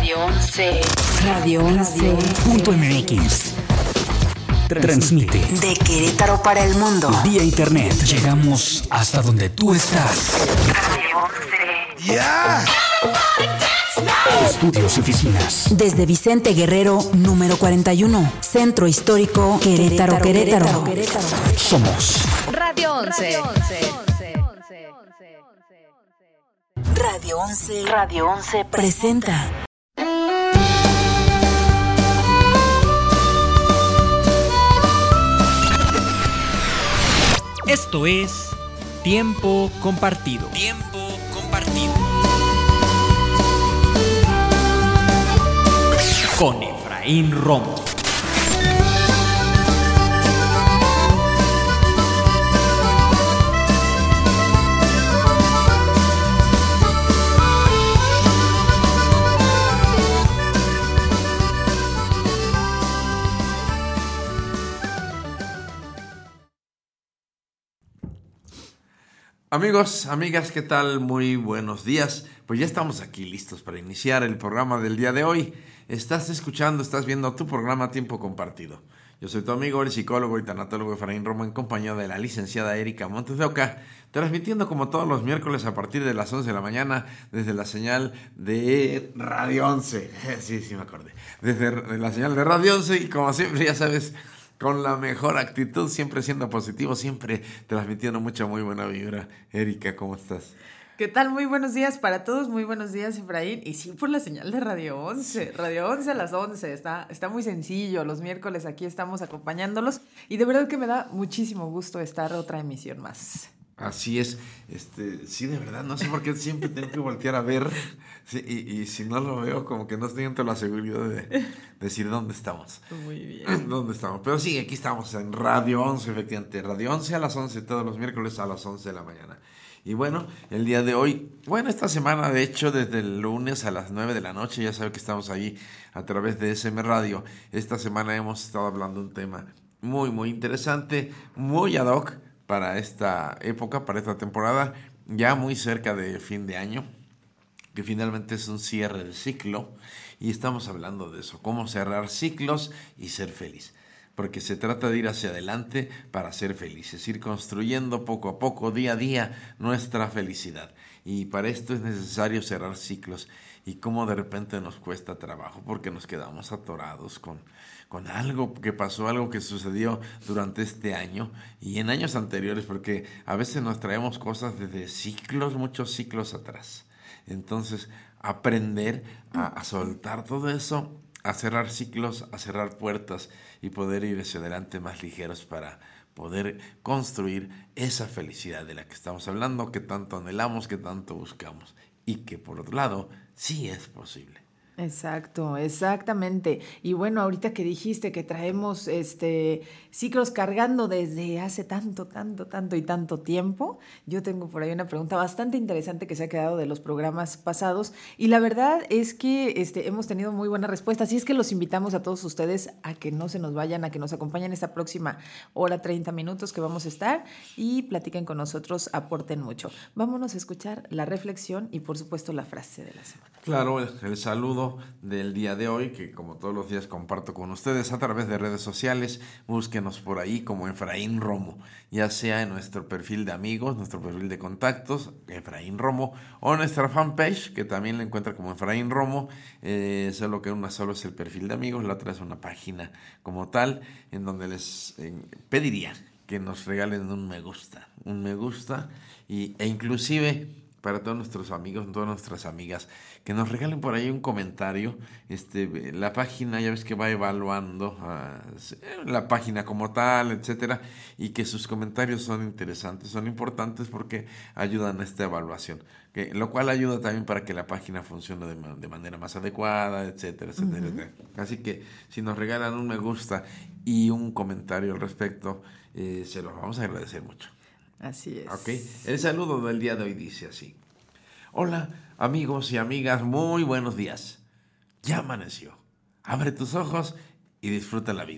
Radio 11. Radio 11.mx. Transmite De Querétaro para el mundo. vía internet. Llegamos hasta donde tú estás. Radio 11. ¡Ya! Estudios y oficinas. Desde Vicente Guerrero, número 41, Centro Histórico, Querétaro. Somos Radio 11. Radio 11 presenta. Esto es Tiempo Compartido. Tiempo Compartido. Con Efraín Romo. Amigos, amigas, ¿qué tal? Muy buenos días. Pues ya estamos aquí listos para iniciar el programa del día de hoy. Estás escuchando, estás viendo tu programa Tiempo Compartido. Yo soy tu amigo, el psicólogo y tanatólogo Efraín Romo, en compañía de la licenciada Erika Montes de Oca, transmitiendo como todos los miércoles a partir de las 11 de la mañana desde la señal de Radio 11. Sí, me acordé. Desde la señal de Radio 11 y como siempre, ya sabes, con la mejor actitud, siempre siendo positivo, siempre transmitiendo mucha muy buena vibra. Erika, ¿cómo estás? ¿Qué tal? Muy buenos días para todos, muy buenos días, Efraín. Y sí, por la señal de Radio 11, Radio 11 a las 11, está muy sencillo. Los miércoles aquí estamos acompañándolos y de verdad que me da muchísimo gusto estar otra emisión más. Así es, sí, de verdad, no sé por qué siempre tengo que voltear a ver, sí, y si no lo veo, como que no siento la seguridad de decir dónde estamos. Muy bien. ¿Dónde estamos? Pero sí, aquí estamos en Radio 11, efectivamente, Radio 11 a las 11, todos los miércoles a las 11 de la mañana. Y bueno, el día de hoy, esta semana, de hecho, desde el lunes a las 9 de la noche, ya saben que estamos ahí a través de SM Radio. Esta semana hemos estado hablando de un tema muy, muy interesante, muy ad hoc para esta época, para esta temporada, ya muy cerca de fin de año, que finalmente es un cierre de ciclo, y estamos hablando de eso, cómo cerrar ciclos y ser feliz, porque se trata de ir hacia adelante para ser felices, ir construyendo poco a poco, día a día, nuestra felicidad, y para esto es necesario cerrar ciclos, y cómo de repente nos cuesta trabajo, porque nos quedamos atorados con algo que pasó, algo que sucedió durante este año y en años anteriores, porque a veces nos traemos cosas desde ciclos, muchos ciclos atrás. Entonces, aprender a soltar todo eso, a cerrar ciclos, a cerrar puertas y poder ir hacia adelante más ligeros para poder construir esa felicidad de la que estamos hablando, que tanto anhelamos, que tanto buscamos y que por otro lado sí es posible. Exacto, exactamente. Y bueno, ahorita que dijiste que traemos ciclos cargando desde hace tanto y tanto tiempo, yo tengo por ahí una pregunta bastante interesante que se ha quedado de los programas pasados y la verdad es que hemos tenido muy buena respuesta, así es que los invitamos a todos ustedes a que no se nos vayan, a que nos acompañen esta próxima hora 30 minutos que vamos a estar y platiquen con nosotros, aporten mucho. Vámonos a escuchar la reflexión y por supuesto la frase de la semana. Claro, el saludo del día de hoy, que como todos los días comparto con ustedes a través de redes sociales. Búsquenos por ahí como Efraín Romo, ya sea en nuestro perfil de amigos, nuestro perfil de contactos, Efraín Romo, o nuestra fanpage, que también la encuentra como Efraín Romo, solo que una solo es el perfil de amigos, la otra es una página como tal, en donde les pediría que nos regalen un me gusta, e inclusive para todos nuestros amigos, todas nuestras amigas, que nos regalen por ahí un comentario. La página, ya ves que va evaluando la página como tal, etcétera, y que sus comentarios son interesantes, son importantes porque ayudan a esta evaluación, lo cual ayuda también para que la página funcione de manera más adecuada, etcétera, etcétera, etcétera. Así que si nos regalan un me gusta y un comentario al respecto, se los vamos a agradecer mucho. Así es. Ok, el saludo del día de hoy dice así: hola amigos y amigas, muy buenos días. Ya amaneció. Abre tus ojos y disfruta la vida.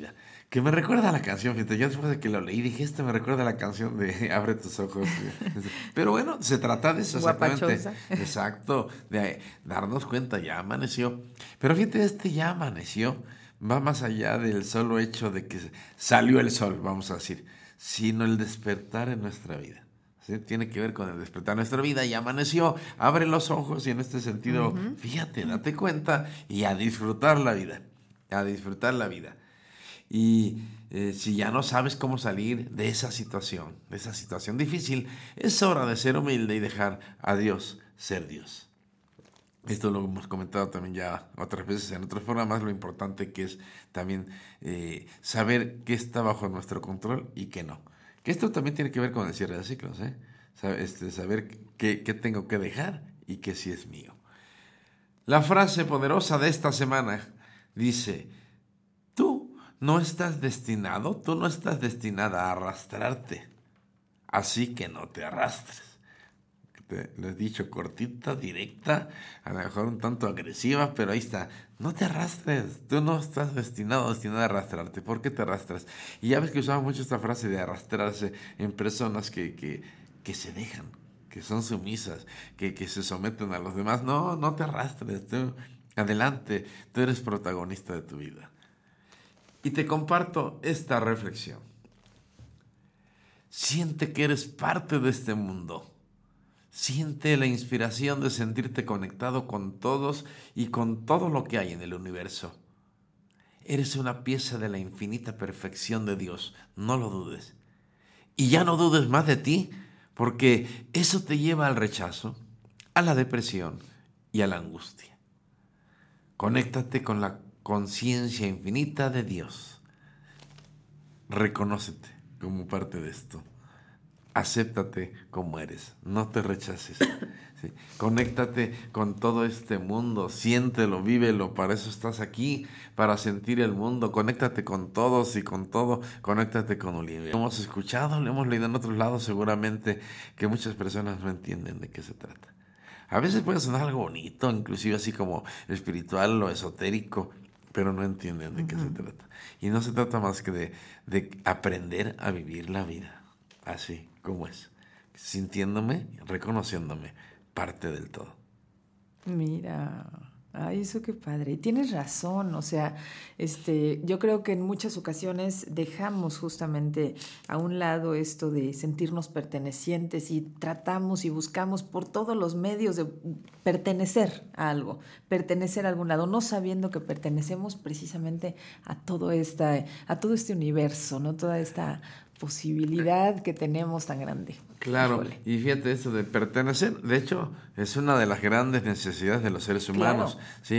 Que me recuerda a la canción, fíjate, yo después de que lo leí dije, me recuerda a la canción de Abre tus ojos. Pero bueno, se trata de eso exactamente. Guapachosa. Exacto, de darnos cuenta, ya amaneció. Pero fíjate, ya amaneció, va más allá del solo hecho de que salió el sol, vamos a decir, sino el despertar en nuestra vida. ¿Sí? Tiene que ver con el despertar de nuestra vida, ya amaneció, abre los ojos y en este sentido, fíjate, date cuenta y a disfrutar la vida, a disfrutar la vida. Y si ya no sabes cómo salir de esa situación difícil, es hora de ser humilde y dejar a Dios ser Dios. Esto lo hemos comentado también ya otras veces en otros programas, lo importante que es también saber qué está bajo nuestro control y qué no. Que esto también tiene que ver con el cierre de ciclos, saber qué tengo que dejar y qué sí es mío. La frase poderosa de esta semana dice: tú no estás destinada a arrastrarte, así que no te arrastres. Lo he dicho, cortita, directa, a lo mejor un tanto agresiva, pero ahí está. No te arrastres, tú no estás destinada a arrastrarte. ¿Por qué te arrastras? Y ya ves que usamos mucho esta frase de arrastrarse en personas que se dejan, que son sumisas, que se someten a los demás. No te arrastres, tú adelante, tú eres protagonista de tu vida. Y te comparto esta reflexión. Siente que eres parte de este mundo. Siente la inspiración de sentirte conectado con todos y con todo lo que hay en el universo. Eres una pieza de la infinita perfección de Dios, no lo dudes. Y ya no dudes más de ti, porque eso te lleva al rechazo, a la depresión y a la angustia. Conéctate con la conciencia infinita de Dios. Reconócete como parte de esto. Acéptate como eres, no te rechaces. ¿Sí? Conéctate con todo este mundo, siéntelo, vívelo, para eso estás aquí, para sentir el mundo. Conéctate con todos y con todo, conéctate con Olivia. Lo hemos escuchado, lo hemos leído en otros lados, seguramente que muchas personas no entienden de qué se trata. A veces puede sonar algo bonito, inclusive así como espiritual o esotérico, pero no entienden de qué se trata. Y no se trata más que de aprender a vivir la vida, así como es, sintiéndome, reconociéndome parte del todo. Mira, ay, eso qué padre. Y tienes razón, o sea, yo creo que en muchas ocasiones dejamos justamente a un lado esto de sentirnos pertenecientes y tratamos y buscamos por todos los medios de pertenecer a algo, pertenecer a algún lado, no sabiendo que pertenecemos precisamente a todo este universo, ¿no? Toda esta posibilidad que tenemos tan grande. Claro, Híjole. Y fíjate, esto de pertenecer, de hecho, es una de las grandes necesidades de los seres humanos. Claro. ¿Sí?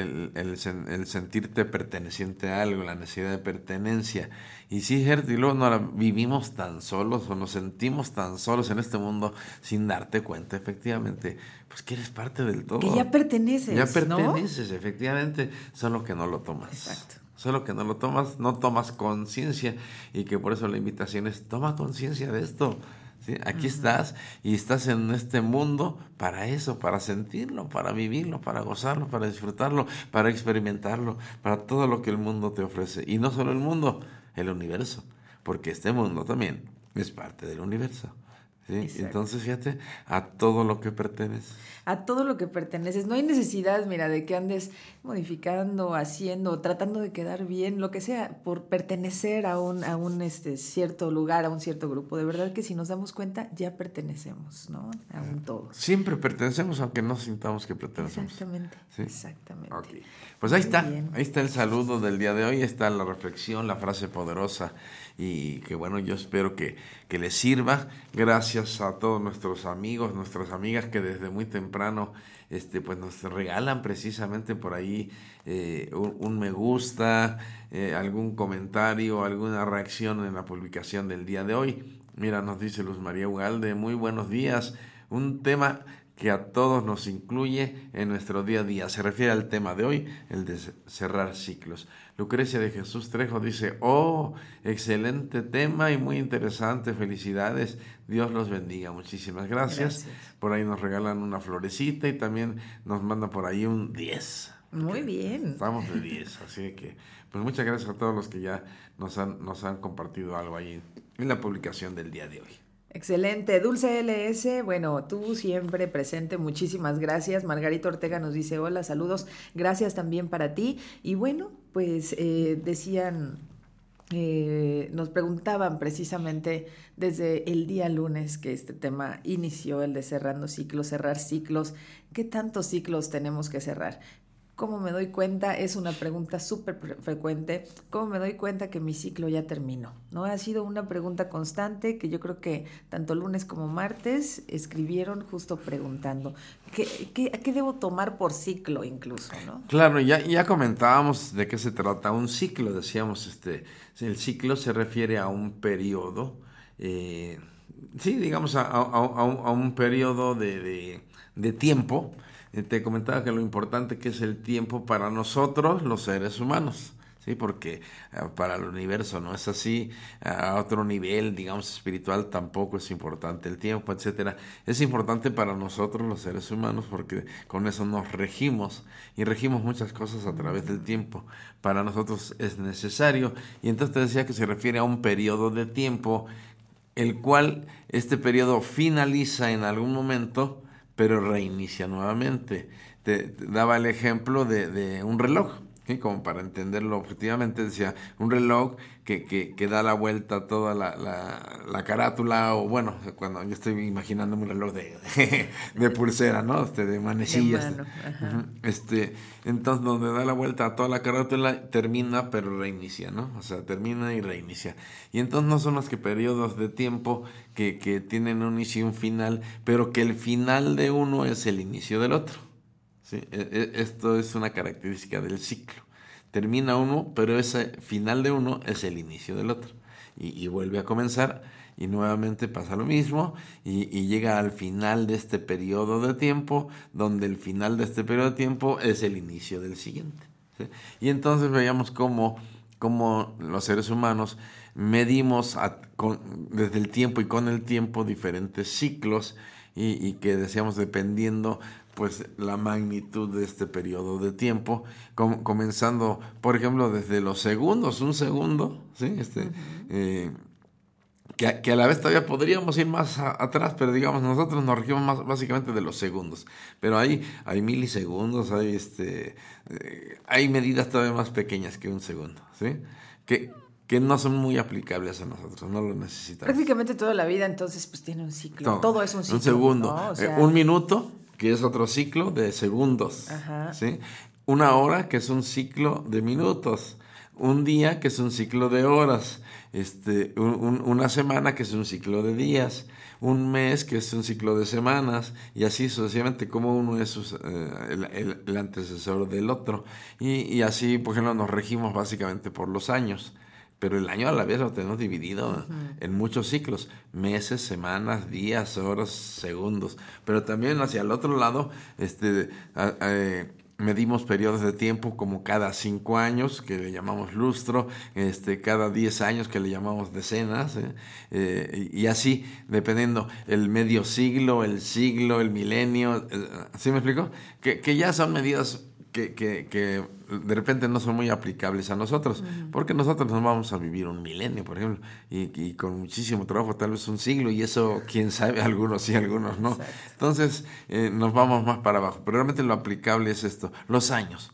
El sentirte perteneciente a algo, la necesidad de pertenencia. Y sí, Gert, y luego vivimos tan solos o nos sentimos tan solos en este mundo sin darte cuenta, efectivamente, pues que eres parte del todo. Que ya perteneces, Ya perteneces, ¿no? Efectivamente, solo que no lo tomas. Exacto. Solo que no tomas conciencia, y que por eso la invitación es: toma conciencia de esto. ¿Sí? Aquí estás, y estás en este mundo para eso, para sentirlo, para vivirlo, para gozarlo, para disfrutarlo, para experimentarlo, para todo lo que el mundo te ofrece. Y no solo el mundo, el universo, porque este mundo también es parte del universo. ¿Sí? Entonces, fíjate, a todo lo que perteneces. A todo lo que perteneces. No hay necesidad, mira, de que andes modificando, haciendo, tratando de quedar bien, lo que sea, por pertenecer a un cierto lugar, a un cierto grupo. De verdad que si nos damos cuenta, ya pertenecemos, ¿no? A un todo. Siempre pertenecemos, aunque no sintamos que pertenecemos. Exactamente, ¿Sí? exactamente. Okay. Pues ahí está, bien. ahí está el saludo del día de hoy, está la reflexión, la frase poderosa, y que bueno, yo espero que les sirva. Gracias a todos nuestros amigos, nuestras amigas que desde muy temprano pues nos regalan precisamente por ahí un me gusta, algún comentario, alguna reacción en la publicación del día de hoy. Mira, nos dice Luz María Ugalde: muy buenos días, un tema que a todos nos incluye en nuestro día a día. Se refiere al tema de hoy, el de cerrar ciclos. Lucrecia de Jesús Trejo dice: oh, excelente tema y muy interesante, felicidades, Dios los bendiga. Muchísimas gracias. Por ahí nos regalan una florecita y también nos mandan por ahí un 10 Muy bien. Estamos de 10, así que pues muchas gracias a todos los que ya nos han compartido algo ahí en la publicación del día de hoy. Excelente. Dulce LS, bueno, tú siempre presente, muchísimas gracias. Margarita Ortega nos dice hola, saludos, gracias también para ti. Y bueno, pues decían, nos preguntaban precisamente desde el día lunes que este tema inició, el de cerrando ciclos, cerrar ciclos. ¿Qué tantos ciclos tenemos que cerrar? ¿Cómo me doy cuenta? Es una pregunta súper frecuente. ¿Cómo me doy cuenta que mi ciclo ya terminó? ¿No? Ha sido una pregunta constante que yo creo que tanto lunes como martes escribieron justo preguntando. ¿Qué debo tomar por ciclo incluso, ¿no? Claro, ya comentábamos de qué se trata un ciclo. Decíamos, el ciclo se refiere a un periodo, sí, digamos a un periodo de tiempo. Te comentaba que lo importante que es el tiempo para nosotros, los seres humanos, ¿sí? Porque para el universo no es así, a otro nivel, digamos, espiritual tampoco es importante el tiempo, etcétera. Es importante para nosotros, los seres humanos, porque con eso nos regimos y regimos muchas cosas a través del tiempo. Para nosotros es necesario, y entonces te decía que se refiere a un periodo de tiempo, el cual este periodo finaliza en algún momento, pero reinicia nuevamente. Te daba el ejemplo de un reloj, ¿sí? Como para entenderlo objetivamente, decía, un reloj que da la vuelta a toda la carátula, o bueno, cuando yo estoy imaginando un reloj de pulsera, ¿no? De manecillas. De mano, entonces, donde da la vuelta a toda la carátula, termina, pero reinicia, ¿no? O sea, termina y reinicia. Y entonces no son más que periodos de tiempo que tienen un inicio y un final, pero que el final de uno es el inicio del otro. ¿Sí? Esto es una característica del ciclo. Termina uno, pero ese final de uno es el inicio del otro. Y vuelve a comenzar, y nuevamente pasa lo mismo, y llega al final de este periodo de tiempo, donde el final de este periodo de tiempo es el inicio del siguiente. ¿Sí? Y entonces veíamos cómo los seres humanos medimos desde el tiempo y con el tiempo diferentes ciclos, y que decíamos dependiendo pues la magnitud de este periodo de tiempo, comenzando por ejemplo desde los segundos, un segundo, ¿sí? Que a la vez todavía podríamos ir más atrás, pero digamos nosotros nos regimos más básicamente de los segundos, pero hay milisegundos, hay medidas todavía más pequeñas que un segundo, ¿sí? Que no son muy aplicables a nosotros, no lo necesitamos. Prácticamente toda la vida entonces pues tiene un ciclo, todo es un ciclo. Un segundo, ¿no? O sea, un minuto, que es otro ciclo de segundos, ¿sí? Una hora, que es un ciclo de minutos, un día, que es un ciclo de horas, una semana, que es un ciclo de días, un mes, que es un ciclo de semanas, y así sucesivamente, como uno es el antecesor del otro, y así, por ejemplo, nos regimos básicamente por los años. Pero el año a la vez lo tenemos dividido en muchos ciclos, meses, semanas, días, horas, segundos. Pero también hacia el otro lado medimos periodos de tiempo como cada 5 años, que le llamamos lustro, cada 10 años, que le llamamos decenas, y así, dependiendo el medio siglo, el milenio, ¿sí me explico? Que ya son medidas que de repente no son muy aplicables a nosotros, porque nosotros nos vamos a vivir un milenio, por ejemplo, y con muchísimo trabajo, tal vez un siglo, y eso, quién sabe, algunos sí, algunos no. Exacto. Entonces, nos vamos más para abajo, pero realmente lo aplicable es esto, los años,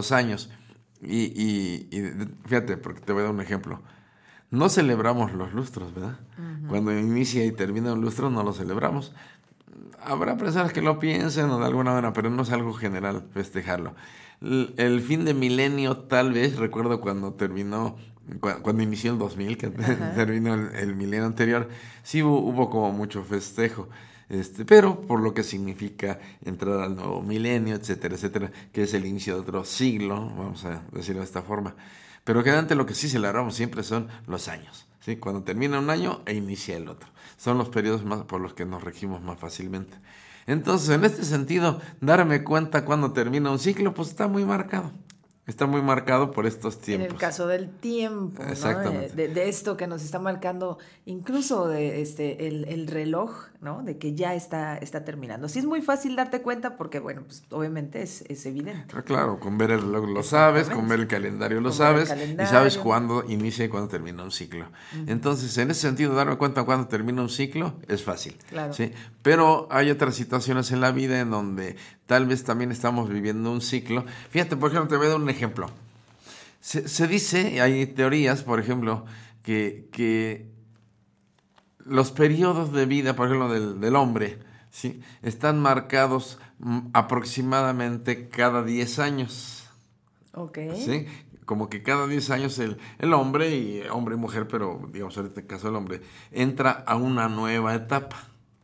y fíjate, porque te voy a dar un ejemplo. No celebramos los lustros, ¿verdad? Cuando inicia y termina un lustro, no lo celebramos. Habrá personas que lo piensen o de alguna manera, pero no es algo general festejarlo. El fin de milenio, tal vez, recuerdo cuando inició el 2000, que terminó el milenio anterior, sí hubo como mucho festejo, pero por lo que significa entrar al nuevo milenio, etcétera, etcétera, que es el inicio de otro siglo, vamos a decirlo de esta forma. Pero generalmente lo que sí celebramos siempre son los años, ¿sí? Cuando termina un año e inicia el otro. Son los periodos por los que nos regimos más fácilmente. Entonces, en este sentido, darme cuenta cuando termina un ciclo, pues está muy marcado. Está muy marcado por estos tiempos. En el caso del tiempo, ¿no? Exactamente. De esto que nos está marcando, incluso de el reloj, ¿no? De que ya está terminando. Sí es muy fácil darte cuenta porque, bueno, pues obviamente es evidente. Claro, con ver el reloj lo sabes, con ver el calendario lo sabes, y sabes cuándo inicia y cuándo termina un ciclo. Entonces, en ese sentido, darme cuenta cuándo termina un ciclo es fácil. Claro. ¿Sí? Pero hay otras situaciones en la vida en donde tal vez también estamos viviendo un ciclo. Fíjate, por ejemplo, te voy a dar un ejemplo. Se dice, hay teorías, por ejemplo, que los periodos de vida, por ejemplo, del hombre, ¿sí? Están marcados aproximadamente cada 10 años. Ok. ¿Sí? Como que cada 10 años el hombre y mujer, pero digamos en este caso el hombre, entra a una nueva etapa.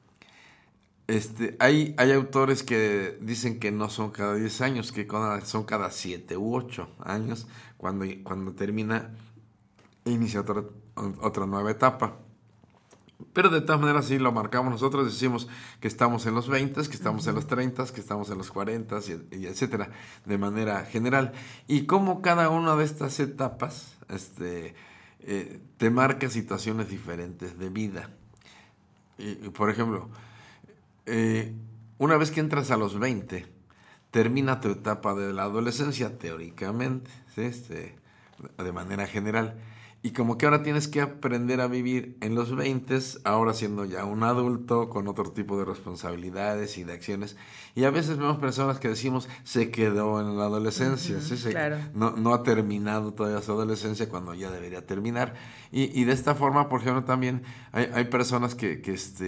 Hay autores que dicen que no son cada 10 años, que son cada 7 u 8 años cuando termina e inicia otra nueva etapa. Pero de todas maneras sí lo marcamos nosotros, decimos que estamos en los 20, que estamos en los 30, que estamos en los 40 y etcétera, de manera general. Y como cada una de estas etapas te marca situaciones diferentes de vida. Y por ejemplo, una vez que entras a los 20, termina tu etapa de la adolescencia, teóricamente, ¿sí? De manera general. Y como que ahora tienes que aprender a vivir en los 20, ahora siendo ya un adulto, con otro tipo de responsabilidades y de acciones. Y a veces vemos personas que decimos, se quedó en la adolescencia, ¿sí? Claro. No ha terminado todavía su adolescencia cuando ya debería terminar. Y de esta forma, por ejemplo, también hay personas que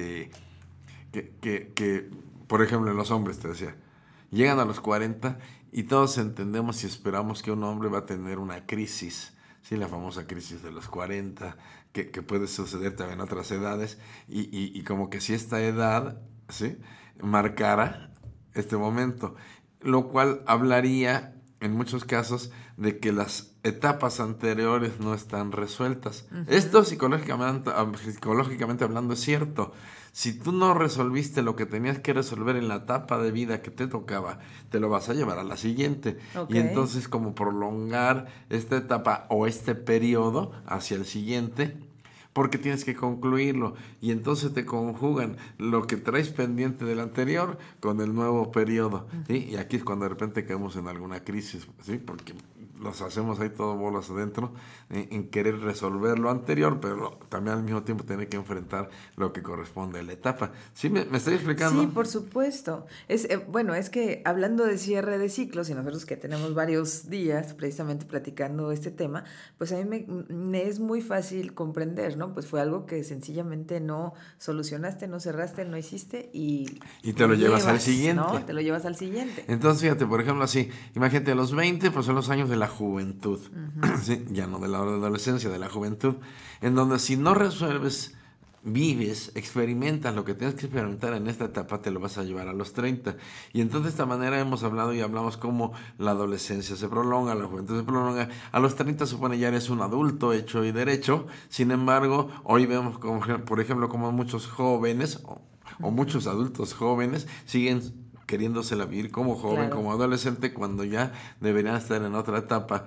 por ejemplo, en los hombres, te decía, llegan a los 40 y todos entendemos y esperamos que un hombre va a tener una crisis, ¿sí? La famosa crisis de los 40, que puede suceder también en otras edades, y como que si esta edad, ¿sí? Marcara este momento, lo cual hablaría en muchos casos de que las etapas anteriores no están resueltas. Uh-huh. Esto psicológicamente hablando es cierto. Si tú no resolviste lo que tenías que resolver en la etapa de vida que te tocaba, te lo vas a llevar a la siguiente. Okay. Y entonces como prolongar esta etapa o este periodo hacia el siguiente, porque tienes que concluirlo. Y entonces te conjugan lo que traes pendiente del anterior con el nuevo periodo. ¿Sí? Y aquí es cuando de repente caemos en alguna crisis, ¿sí? Porque los hacemos ahí todo bolas adentro en querer resolver lo anterior, pero también al mismo tiempo tener que enfrentar lo que corresponde a la etapa. ¿Sí me estoy explicando? Sí, por supuesto. Bueno, es que hablando de cierre de ciclos, y nosotros que tenemos varios días precisamente platicando este tema, pues a mí me es muy fácil comprender, ¿no? Pues fue algo que sencillamente no solucionaste, no cerraste, no hiciste y te lo llevas al siguiente. ¿No? Te lo llevas al siguiente. Entonces, fíjate, por ejemplo, así, imagínate, a los 20, pues son los años de la juventud, uh-huh. ¿Sí? Ya no de la adolescencia, de la juventud, en donde si no resuelves, vives, experimentas lo que tienes que experimentar en esta etapa, te lo vas a llevar a los 30. Y entonces de esta manera hemos hablado y hablamos cómo la adolescencia se prolonga, la juventud se prolonga. A los 30 supone ya eres un adulto hecho y derecho. Sin embargo, hoy vemos, como, por ejemplo, como muchos jóvenes o muchos adultos jóvenes siguen queriéndosela vivir como joven, claro, como adolescente, cuando ya deberían estar en otra etapa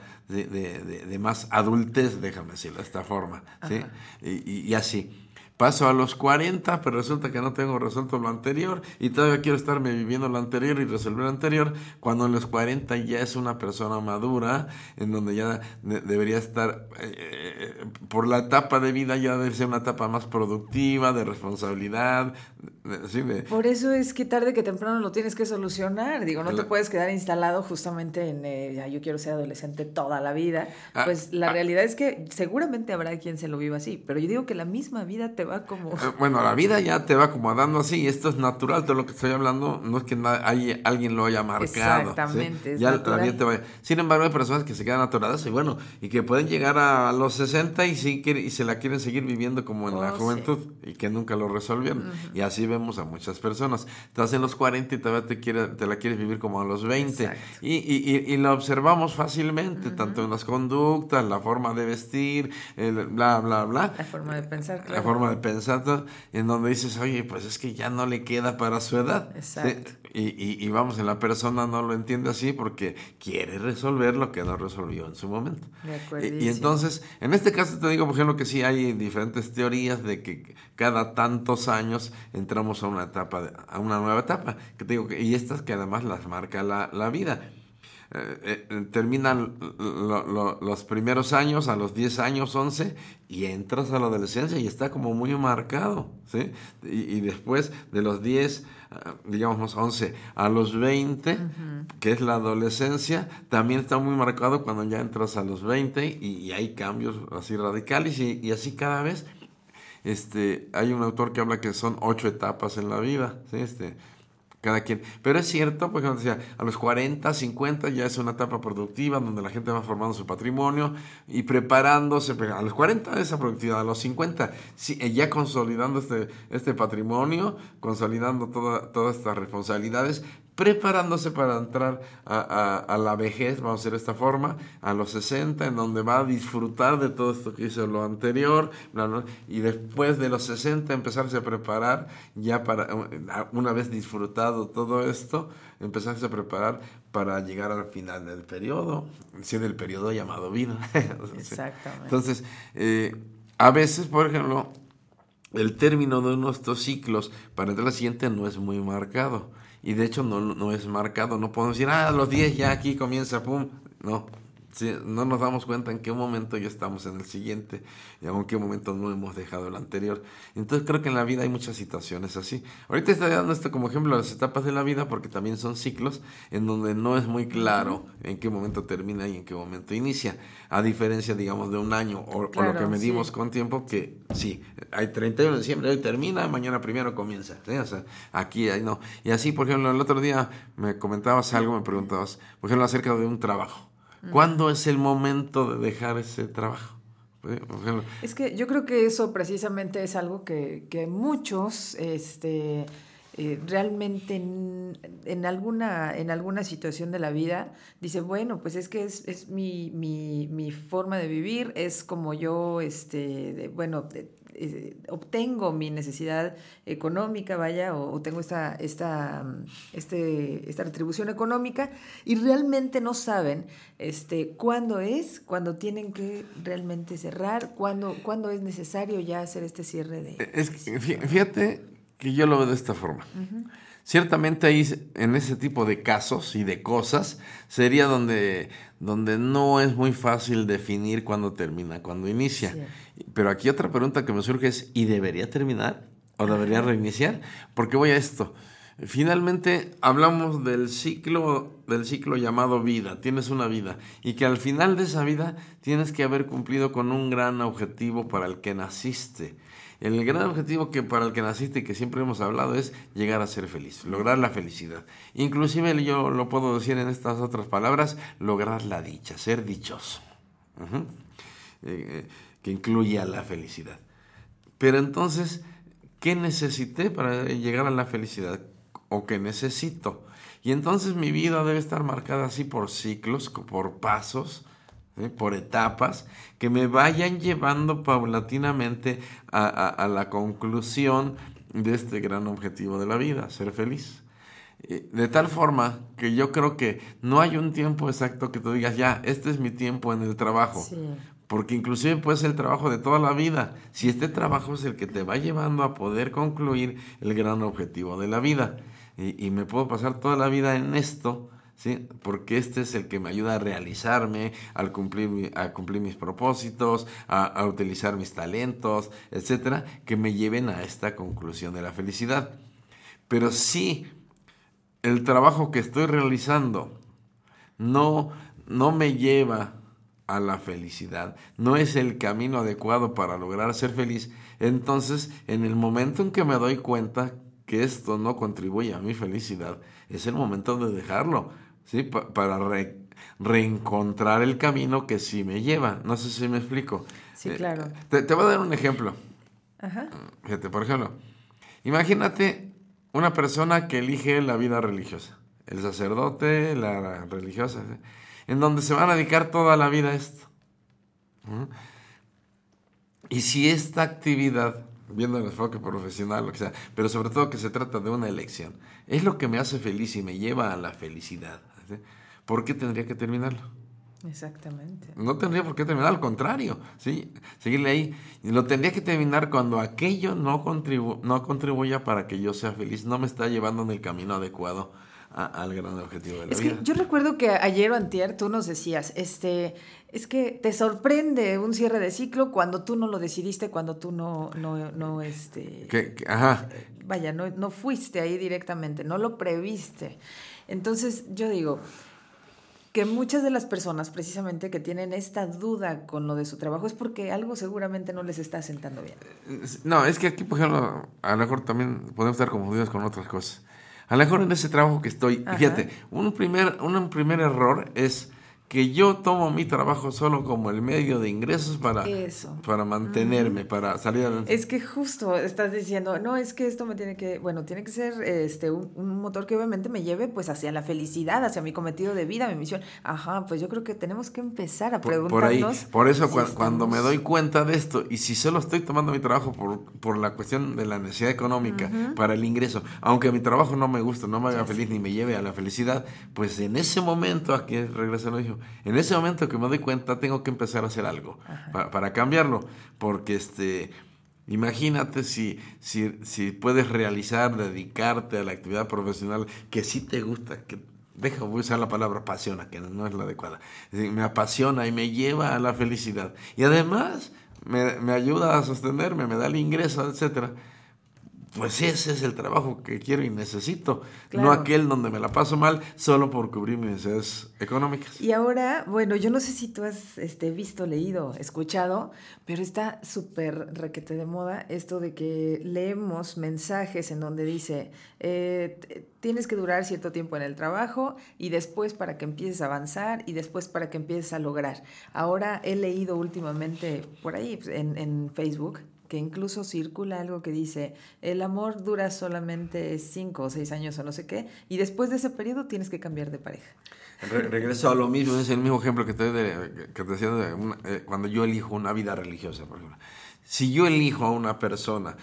de más adultez, déjame decirlo de esta forma, ¿sí? Y así. Paso a los 40, pero resulta que no tengo resuelto lo anterior y todavía quiero estarme viviendo lo anterior y resolver lo anterior, cuando en los 40 ya es una persona madura, en donde ya debería estar, por la etapa de vida ya debe ser una etapa más productiva, de responsabilidad. ¿Sí? Por eso es que tarde que temprano lo tienes que solucionar, digo, no te puedes quedar instalado justamente en, yo quiero ser adolescente toda la vida, pues la realidad es que seguramente habrá quien se lo viva así, pero yo digo que la misma vida te va como... Bueno, la vida ya te va acomodando así, y esto es natural, todo lo que estoy hablando, no es que alguien lo haya marcado. Exactamente, ¿sí? Ya natural. La vida te va... Sin embargo, hay personas que se quedan atoradas y que pueden llegar a los 60 y se la quieren seguir viviendo como en la juventud, sí, y que nunca lo resolvieron. Uh-huh. Y así vemos a muchas personas. Estás en los 40 y todavía te la quieres vivir como a los 20. Y lo observamos fácilmente, uh-huh, tanto en las conductas, la forma de vestir, bla, bla, bla. La forma de pensar, claro. La forma de pensar, en donde dices, oye, pues es que ya no le queda para su edad. Exacto. Y vamos, la persona no lo entiende así porque quiere resolver lo que no resolvió en su momento. De acuerdísimo. Y entonces, en este caso te digo, por ejemplo, que sí hay diferentes teorías de que cada tantos años entramos a una etapa, a una nueva etapa, que te digo, y estas que además las marca la vida. Terminan los primeros años, a los 10 años, 11, y entras a la adolescencia y está como muy marcado, ¿sí? Y después de los 10, digamos 11, a los 20, que es la adolescencia, también está muy marcado cuando ya entras a los 20 y hay cambios así radicales y así cada vez. Hay un autor que habla que son 8 etapas en la vida, ¿sí? Cada quien. Pero es cierto, por ejemplo, decía, a los 40, 50 ya es una etapa productiva donde la gente va formando su patrimonio y preparándose. A los 40 esa productividad, a los 50 sí, ya consolidando este patrimonio, consolidando todas estas responsabilidades, preparándose para entrar a la vejez, vamos a decir de esta forma, a los 60, en donde va a disfrutar de todo esto que hizo lo anterior, bla, bla, y después de los 60 empezarse a preparar, ya para, una vez disfrutado todo esto, empezarse a preparar para llegar al final del periodo, sí, del periodo llamado vida. Exactamente. Entonces, a veces, por ejemplo, el término de uno de estos ciclos para entrar al siguiente no es muy marcado. Y de hecho no es marcado, no podemos decir, a los 10 ya aquí comienza, pum. No, sí, no nos damos cuenta en qué momento ya estamos en el siguiente y en qué momento no hemos dejado el anterior. Entonces creo que en la vida hay muchas situaciones así. Ahorita estoy dando esto como ejemplo de las etapas de la vida porque también son ciclos en donde no es muy claro en qué momento termina y en qué momento inicia. A diferencia, digamos, de un año o lo que medimos con tiempo, que sí, hay 31 de diciembre, hoy termina, mañana primero comienza, ¿sí? O sea, aquí ahí no. Y así, por ejemplo, el otro día me comentabas algo, me preguntabas, por ejemplo, acerca de un trabajo. ¿Cuándo es el momento de dejar ese trabajo? Es que yo creo que eso precisamente es algo que muchos realmente en alguna situación de la vida dicen, bueno, pues es que es mi forma de vivir, es como yo obtengo mi necesidad económica, vaya, o tengo esta retribución económica, y realmente no saben cuándo tienen que realmente cerrar, cuándo es necesario ya hacer este cierre de... Fíjate que yo lo veo de esta forma. Ciertamente ahí, en ese tipo de casos y de cosas, sería donde no es muy fácil definir cuándo termina, cuándo inicia. Sí. Pero aquí otra pregunta que me surge es, ¿y debería terminar? ¿O debería reiniciar? ¿Por qué voy a esto? Finalmente hablamos del ciclo llamado vida. Tienes una vida y que al final de esa vida tienes que haber cumplido con un gran objetivo para el que naciste. El gran objetivo para el que naciste y que siempre hemos hablado es llegar a ser feliz, lograr la felicidad. Inclusive yo lo puedo decir en estas otras palabras, lograr la dicha, ser dichoso. Que incluya la felicidad. Pero entonces, ¿qué necesité para llegar a la felicidad? ¿O qué necesito? Y entonces mi vida debe estar marcada así por ciclos, por pasos, ¿sí? Por etapas, que me vayan llevando paulatinamente a la conclusión de este gran objetivo de la vida, ser feliz. De tal forma que yo creo que no hay un tiempo exacto que tú digas, ya, este es mi tiempo en el trabajo. Sí. Porque inclusive puede ser el trabajo de toda la vida, si este trabajo es el que te va llevando a poder concluir el gran objetivo de la vida. Y me puedo pasar toda la vida en esto, ¿sí? Porque este es el que me ayuda a realizarme, a cumplir mis propósitos, a utilizar mis talentos, etcétera, que me lleven a esta conclusión de la felicidad. Pero si el trabajo que estoy realizando no me lleva a la felicidad, no es el camino adecuado para lograr ser feliz, entonces en el momento en que me doy cuenta que esto no contribuye a mi felicidad, es el momento de dejarlo, ¿sí? Para reencontrar el camino que sí me lleva. No sé si me explico. Sí, claro. Te voy a dar un ejemplo. Ajá. Fíjate, por ejemplo, imagínate una persona que elige la vida religiosa, el sacerdote, la religiosa, ¿sí? En donde se van a dedicar toda la vida a esto. Y si esta actividad viendo el enfoque profesional, lo que sea, pero sobre todo que se trata de una elección. Es lo que me hace feliz y me lleva a la felicidad. ¿Sí? ¿Por qué tendría que terminarlo? Exactamente. No tendría por qué terminar, al contrario, ¿sí? Seguirle ahí. Y lo tendría que terminar cuando aquello no contribuya para que yo sea feliz, no me está llevando en el camino adecuado al gran objetivo de la vida. Es que yo recuerdo que ayer o antier tú nos decías, es que te sorprende un cierre de ciclo cuando tú no lo decidiste, cuando tú Ajá. Vaya, no fuiste ahí directamente, no lo previste. Entonces yo digo que muchas de las personas precisamente que tienen esta duda con lo de su trabajo es porque algo seguramente no les está sentando bien. No, es que aquí, por ejemplo, a lo mejor también podemos estar confundidos con otras cosas. A lo mejor en ese trabajo que estoy, Ajá. fíjate, un primer error es que yo tomo mi trabajo solo como el medio de ingresos para mantenerme, para salir adelante. Es que justo estás diciendo, no, es que esto tiene que ser un motor que obviamente me lleve pues hacia la felicidad, hacia mi cometido de vida, mi misión. Ajá, pues yo creo que tenemos que empezar a preguntarnos. Por eso cuando me doy cuenta de esto, y si solo estoy tomando mi trabajo por la cuestión de la necesidad económica, para el ingreso, aunque mi trabajo no me guste, no me haga feliz ni me lleve a la felicidad, pues en ese momento, aquí regresa lo dijo, en ese momento que me doy cuenta tengo que empezar a hacer algo para cambiarlo, porque imagínate si puedes dedicarte a la actividad profesional que sí te gusta, voy a usar la palabra apasiona, que no es la adecuada, me apasiona y me lleva a la felicidad, y además me ayuda a sostenerme, me da el ingreso, etcétera. Pues ese es el trabajo que quiero y necesito, claro. No aquel donde me la paso mal solo por cubrir mis necesidades económicas. Y ahora, bueno, yo no sé si tú has visto, leído, escuchado, pero está súper requete de moda esto de que leemos mensajes en donde dice, tienes que durar cierto tiempo en el trabajo y después para que empieces a avanzar y después para que empieces a lograr. Ahora he leído últimamente por ahí en Facebook que incluso circula algo que dice, el amor dura solamente 5 o 6 años o no sé qué, y después de ese periodo tienes que cambiar de pareja. Regreso a lo mismo, es el mismo ejemplo que te decía cuando yo elijo una vida religiosa, por ejemplo. Si yo elijo a una persona,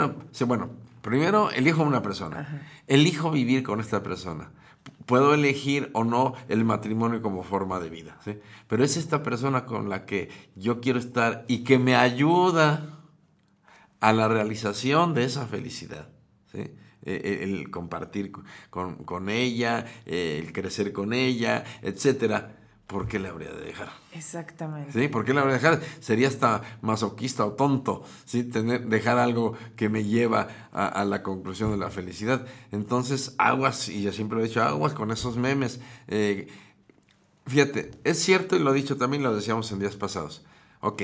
primero elijo a una persona, Ajá. Elijo vivir con esta persona. Puedo elegir o no el matrimonio como forma de vida, ¿sí? Pero es esta persona con la que yo quiero estar y que me ayuda a la realización de esa felicidad, ¿sí? El compartir con ella, el crecer con ella, etcétera. ¿Por qué le habría de dejar? Exactamente. ¿Sí? ¿Por qué le habría de dejar? Sería hasta masoquista o tonto, ¿sí? Dejar algo que me lleva a la conclusión de la felicidad. Entonces, aguas, y yo siempre he dicho, aguas con esos memes. Fíjate, es cierto, y lo he dicho también, lo decíamos en días pasados. Ok.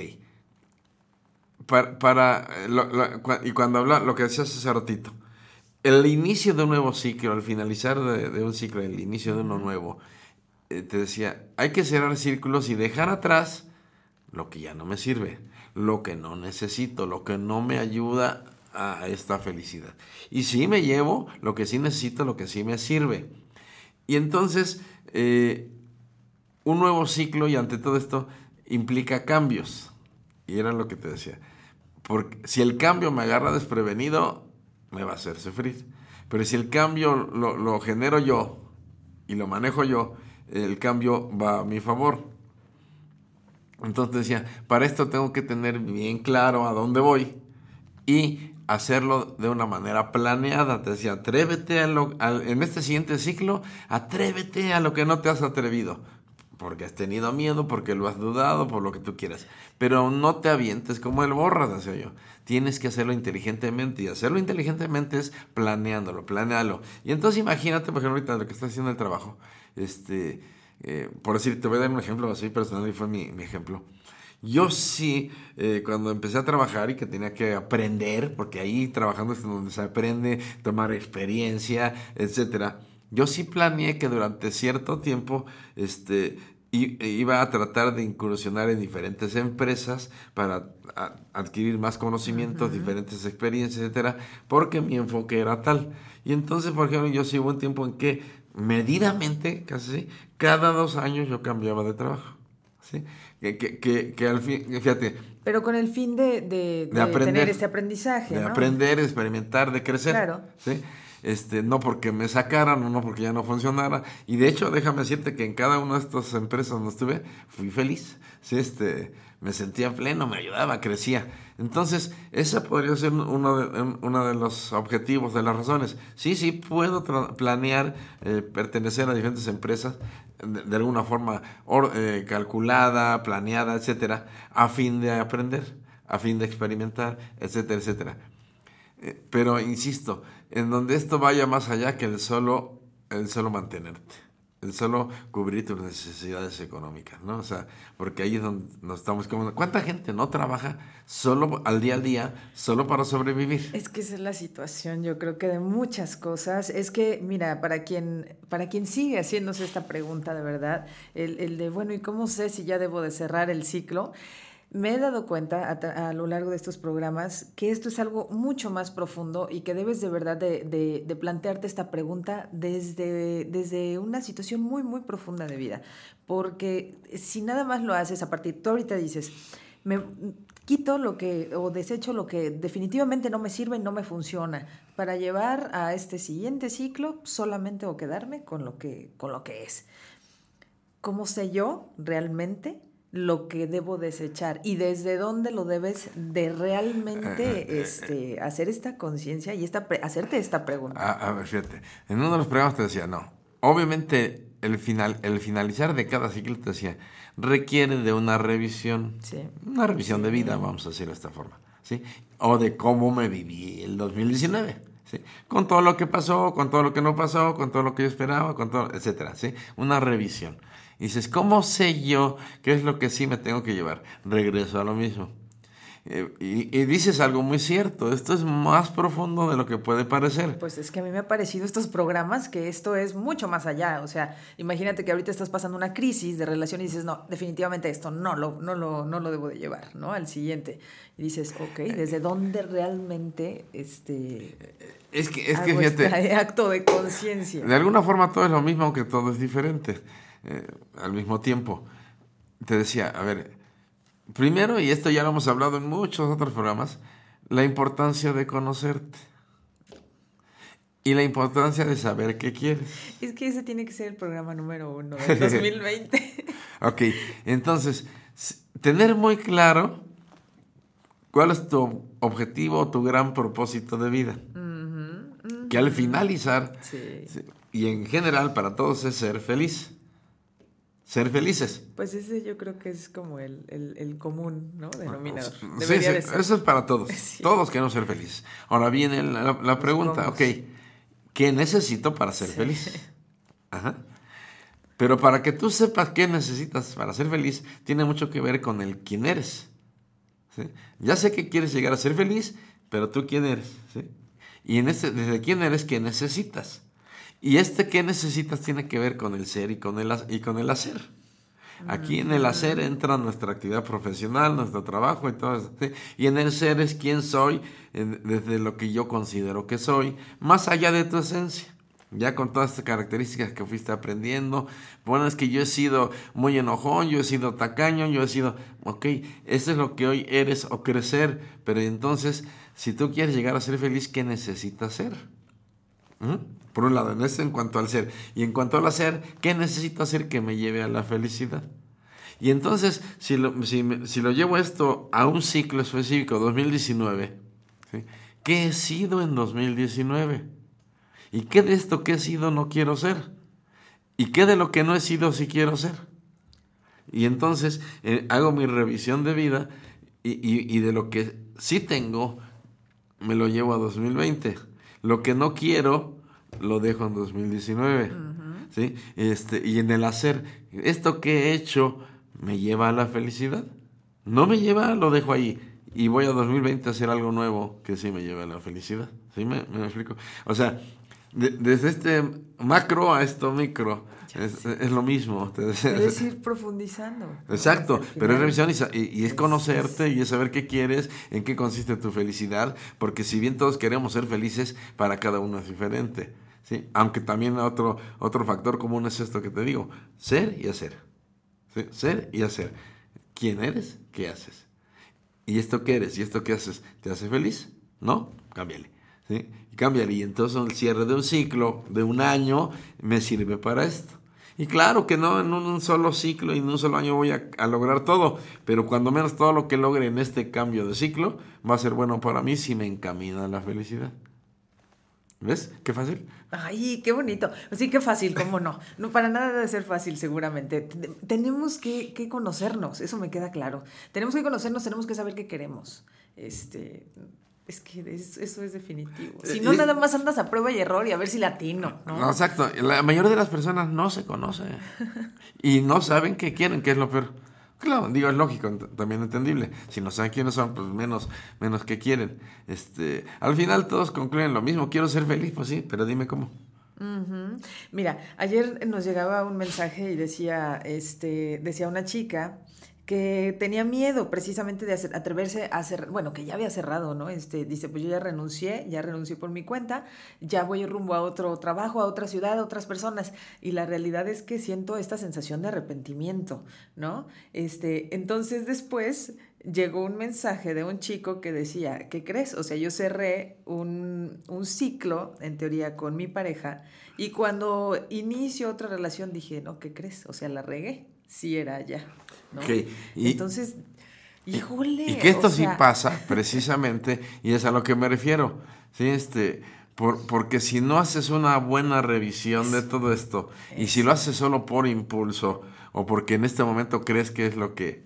Y cuando habla lo que decías hace ratito, el inicio de un nuevo ciclo, al finalizar de un ciclo, el inicio de uno nuevo, te decía, hay que cerrar círculos y dejar atrás lo que ya no me sirve, lo que no necesito, lo que no me ayuda a esta felicidad. Y sí me llevo lo que sí necesito, lo que sí me sirve. Y entonces, un nuevo ciclo, y ante todo esto, implica cambios. Y era lo que te decía. Porque si el cambio me agarra desprevenido, me va a hacer sufrir. Pero si el cambio lo genero yo y lo manejo yo, el cambio va a mi favor. Entonces decía, para esto tengo que tener bien claro a dónde voy y hacerlo de una manera planeada. Te decía, atrévete en este siguiente ciclo, atrévete a lo que no te has atrevido. Porque has tenido miedo, porque lo has dudado, por lo que tú quieras. Pero no te avientes como el borras, decía yo. Tienes que hacerlo inteligentemente. Y hacerlo inteligentemente es planealo. Y entonces imagínate, por ejemplo, ahorita lo que estás haciendo en el trabajo. Por decir, te voy a dar un ejemplo así personal y fue mi ejemplo. Yo sí, cuando empecé a trabajar y que tenía que aprender, porque ahí trabajando es donde se aprende, tomar experiencia, etcétera. Yo sí planeé que durante cierto tiempo iba a tratar de incursionar en diferentes empresas para adquirir más conocimientos, diferentes experiencias, etcétera, porque mi enfoque era tal. Y entonces, por ejemplo, yo sí hubo un tiempo en que medidamente, casi cada 2 años yo cambiaba de trabajo. ¿sí? Que al fin, fíjate, Pero con el fin de aprender, tener este aprendizaje, de ¿no? aprender, de experimentar, de crecer. Claro. ¿Sí? No porque me sacaran o no porque ya no funcionara. Y de hecho, déjame decirte que en cada una de estas empresas donde estuve, fui feliz. ¿Sí? Me sentía pleno, me ayudaba, crecía. Entonces, esa podría ser uno de los objetivos, de las razones. Sí, puedo planear pertenecer a diferentes empresas de alguna forma calculada, planeada, etcétera, a fin de aprender, a fin de experimentar, etcétera, etcétera. Pero insisto, en donde esto vaya más allá que el solo mantenerte, el solo cubrir tus necesidades económicas, ¿no? O sea, porque ahí es donde nos estamos como, ¿cuánta gente no trabaja solo al día, solo para sobrevivir? Es que esa es la situación, yo creo que de muchas cosas. Es que, mira, para quien sigue haciéndose esta pregunta de verdad, el de, bueno, ¿y cómo sé si ya debo de cerrar el ciclo? Me he dado cuenta a lo largo de estos programas que esto es algo mucho más profundo y que debes de verdad de plantearte esta pregunta desde una situación muy, muy profunda de vida. Porque si nada más lo haces a partir, tú ahorita dices, me quito o desecho lo que definitivamente no me sirve y no me funciona para llevar a este siguiente ciclo solamente o quedarme con lo que es. ¿Cómo sé yo realmente lo que debo desechar y desde dónde lo debes de realmente hacer esta conciencia y hacerte esta pregunta? A ver, fíjate, en uno de los programas te decía, no, obviamente el finalizar de cada ciclo te decía, requiere de una revisión, Sí. Una revisión de vida, vamos a decirlo de esta forma, ¿sí? O de cómo me viví el 2019, ¿sí? Con todo lo que pasó, con todo lo que no pasó, con todo lo que yo esperaba, con todo, etcétera, ¿sí? Una revisión. Y dices, ¿cómo sé yo qué es lo que sí me tengo que llevar? Regreso a lo mismo. Y dices algo muy cierto, esto es más profundo de lo que puede parecer. Pues es que a mí me ha parecido estos programas que esto es mucho más allá. O sea, imagínate que ahorita estás pasando una crisis de relación y dices, no, definitivamente esto no lo debo de llevar, ¿no? Al siguiente. Y dices, ok, ¿desde dónde realmente Es que hago fíjate, este acto de conciencia? de alguna forma todo es lo mismo, aunque todo es diferente. Al mismo tiempo, te decía, a ver, primero, y esto ya lo hemos hablado en muchos otros programas, la importancia de conocerte y la importancia de saber qué quieres. Es que ese tiene que ser el programa número 1 del 2020. Ok, entonces, tener muy claro cuál es tu objetivo, tu gran propósito de vida. Que al finalizar, Sí. y en general para todos es ser feliz. Ser felices. Pues ese yo creo que es como el común, ¿no? Denominador. Sí, Debería de ser. eso es para todos. Sí. Todos queremos ser felices. Ahora viene la pregunta, ¿Cómo? ok, ¿qué necesito para ser feliz? Ajá. Pero para que tú sepas qué necesitas para ser feliz, tiene mucho que ver con el quién eres. ¿Sí? Ya sé que quieres llegar a ser feliz, pero tú quién eres. ¿Sí? Y desde quién eres, qué necesitas. Y qué necesitas tiene que ver con el ser y con el hacer. Aquí en el hacer entra nuestra actividad profesional, nuestro trabajo y todo eso, ¿sí? Y en el ser es quién soy, desde lo que yo considero que soy, más allá de tu esencia. Ya con todas estas características que fuiste aprendiendo, bueno, es que yo he sido muy enojón, yo he sido tacaño, ok, eso es lo que hoy eres o crecer, pero entonces, si tú quieres llegar a ser feliz, ¿qué necesitas ser? Por un lado, en cuanto al ser. Y en cuanto al hacer, ¿qué necesito hacer que me lleve a la felicidad? Y entonces, si lo llevo esto a un ciclo específico, 2019, ¿sí? ¿Qué he sido en 2019? ¿Y qué de esto que he sido no quiero ser? ¿Y qué de lo que no he sido sí quiero ser? Y entonces hago mi revisión de vida y de lo que sí tengo, me lo llevo a 2020. Lo que no quiero, lo dejo en 2019. ¿Sí? Y en el hacer, esto que he hecho, ¿me lleva a la felicidad? No me lleva, lo dejo ahí. Y voy a 2020 a hacer algo nuevo que sí me lleve a la felicidad. ¿Sí me explico? O sea, desde este macro a esto micro, es lo mismo. Puedes ir profundizando. Exacto, pero es revisión y es conocerte y es saber qué quieres, en qué consiste tu felicidad, porque si bien todos queremos ser felices, para cada uno es diferente, ¿sí? Aunque también otro factor común es esto que te digo, ser y hacer. ¿sí? Ser y hacer. ¿Quién eres? ¿Qué haces? ¿Y esto que eres y esto que haces te hace feliz? ¿No? Cámbiale. ¿Sí? Y cámbiale. Y entonces el cierre de un ciclo, de un año, me sirve para esto. Y claro que no en un solo ciclo y en un solo año voy a lograr todo, pero cuando menos todo lo que logre en este cambio de ciclo va a ser bueno para mí si me encamina a la felicidad. ¿Ves? Qué fácil. Ay, qué bonito. Sí, qué fácil, cómo no. No, para nada debe ser fácil, seguramente. Tenemos que conocernos, eso me queda claro. Tenemos que conocernos, tenemos que saber qué queremos. Es que eso es definitivo. Si no, nada más andas a prueba y error y a ver si latino, ¿no? No, exacto. La mayoría de las personas no se conoce y no saben qué quieren, que es lo peor. Claro, digo, es lógico, también entendible. Si no saben quiénes son, pues menos qué quieren. Al final todos concluyen lo mismo. Quiero ser feliz, pues sí, pero dime cómo. Uh-huh. Mira, ayer nos llegaba un mensaje y decía una chica que tenía miedo precisamente de atreverse a hacer, bueno, que ya había cerrado, ¿no? Dice, pues yo ya renuncié por mi cuenta, ya voy rumbo a otro trabajo, a otra ciudad, a otras personas, y la realidad es que siento esta sensación de arrepentimiento, ¿no? Entonces después llegó un mensaje de un chico que decía, ¿qué crees? O sea, yo cerré un ciclo, en teoría, con mi pareja, y cuando inicio otra relación dije, no, ¿qué crees? O sea, la regué, sí era ya, ¿no? Okay. Entonces, híjole. Y que esto sí pasa, precisamente, y es a lo que me refiero, ¿sí? Porque si no haces una buena revisión de todo esto, y si lo haces solo por impulso, o porque en este momento crees que es lo que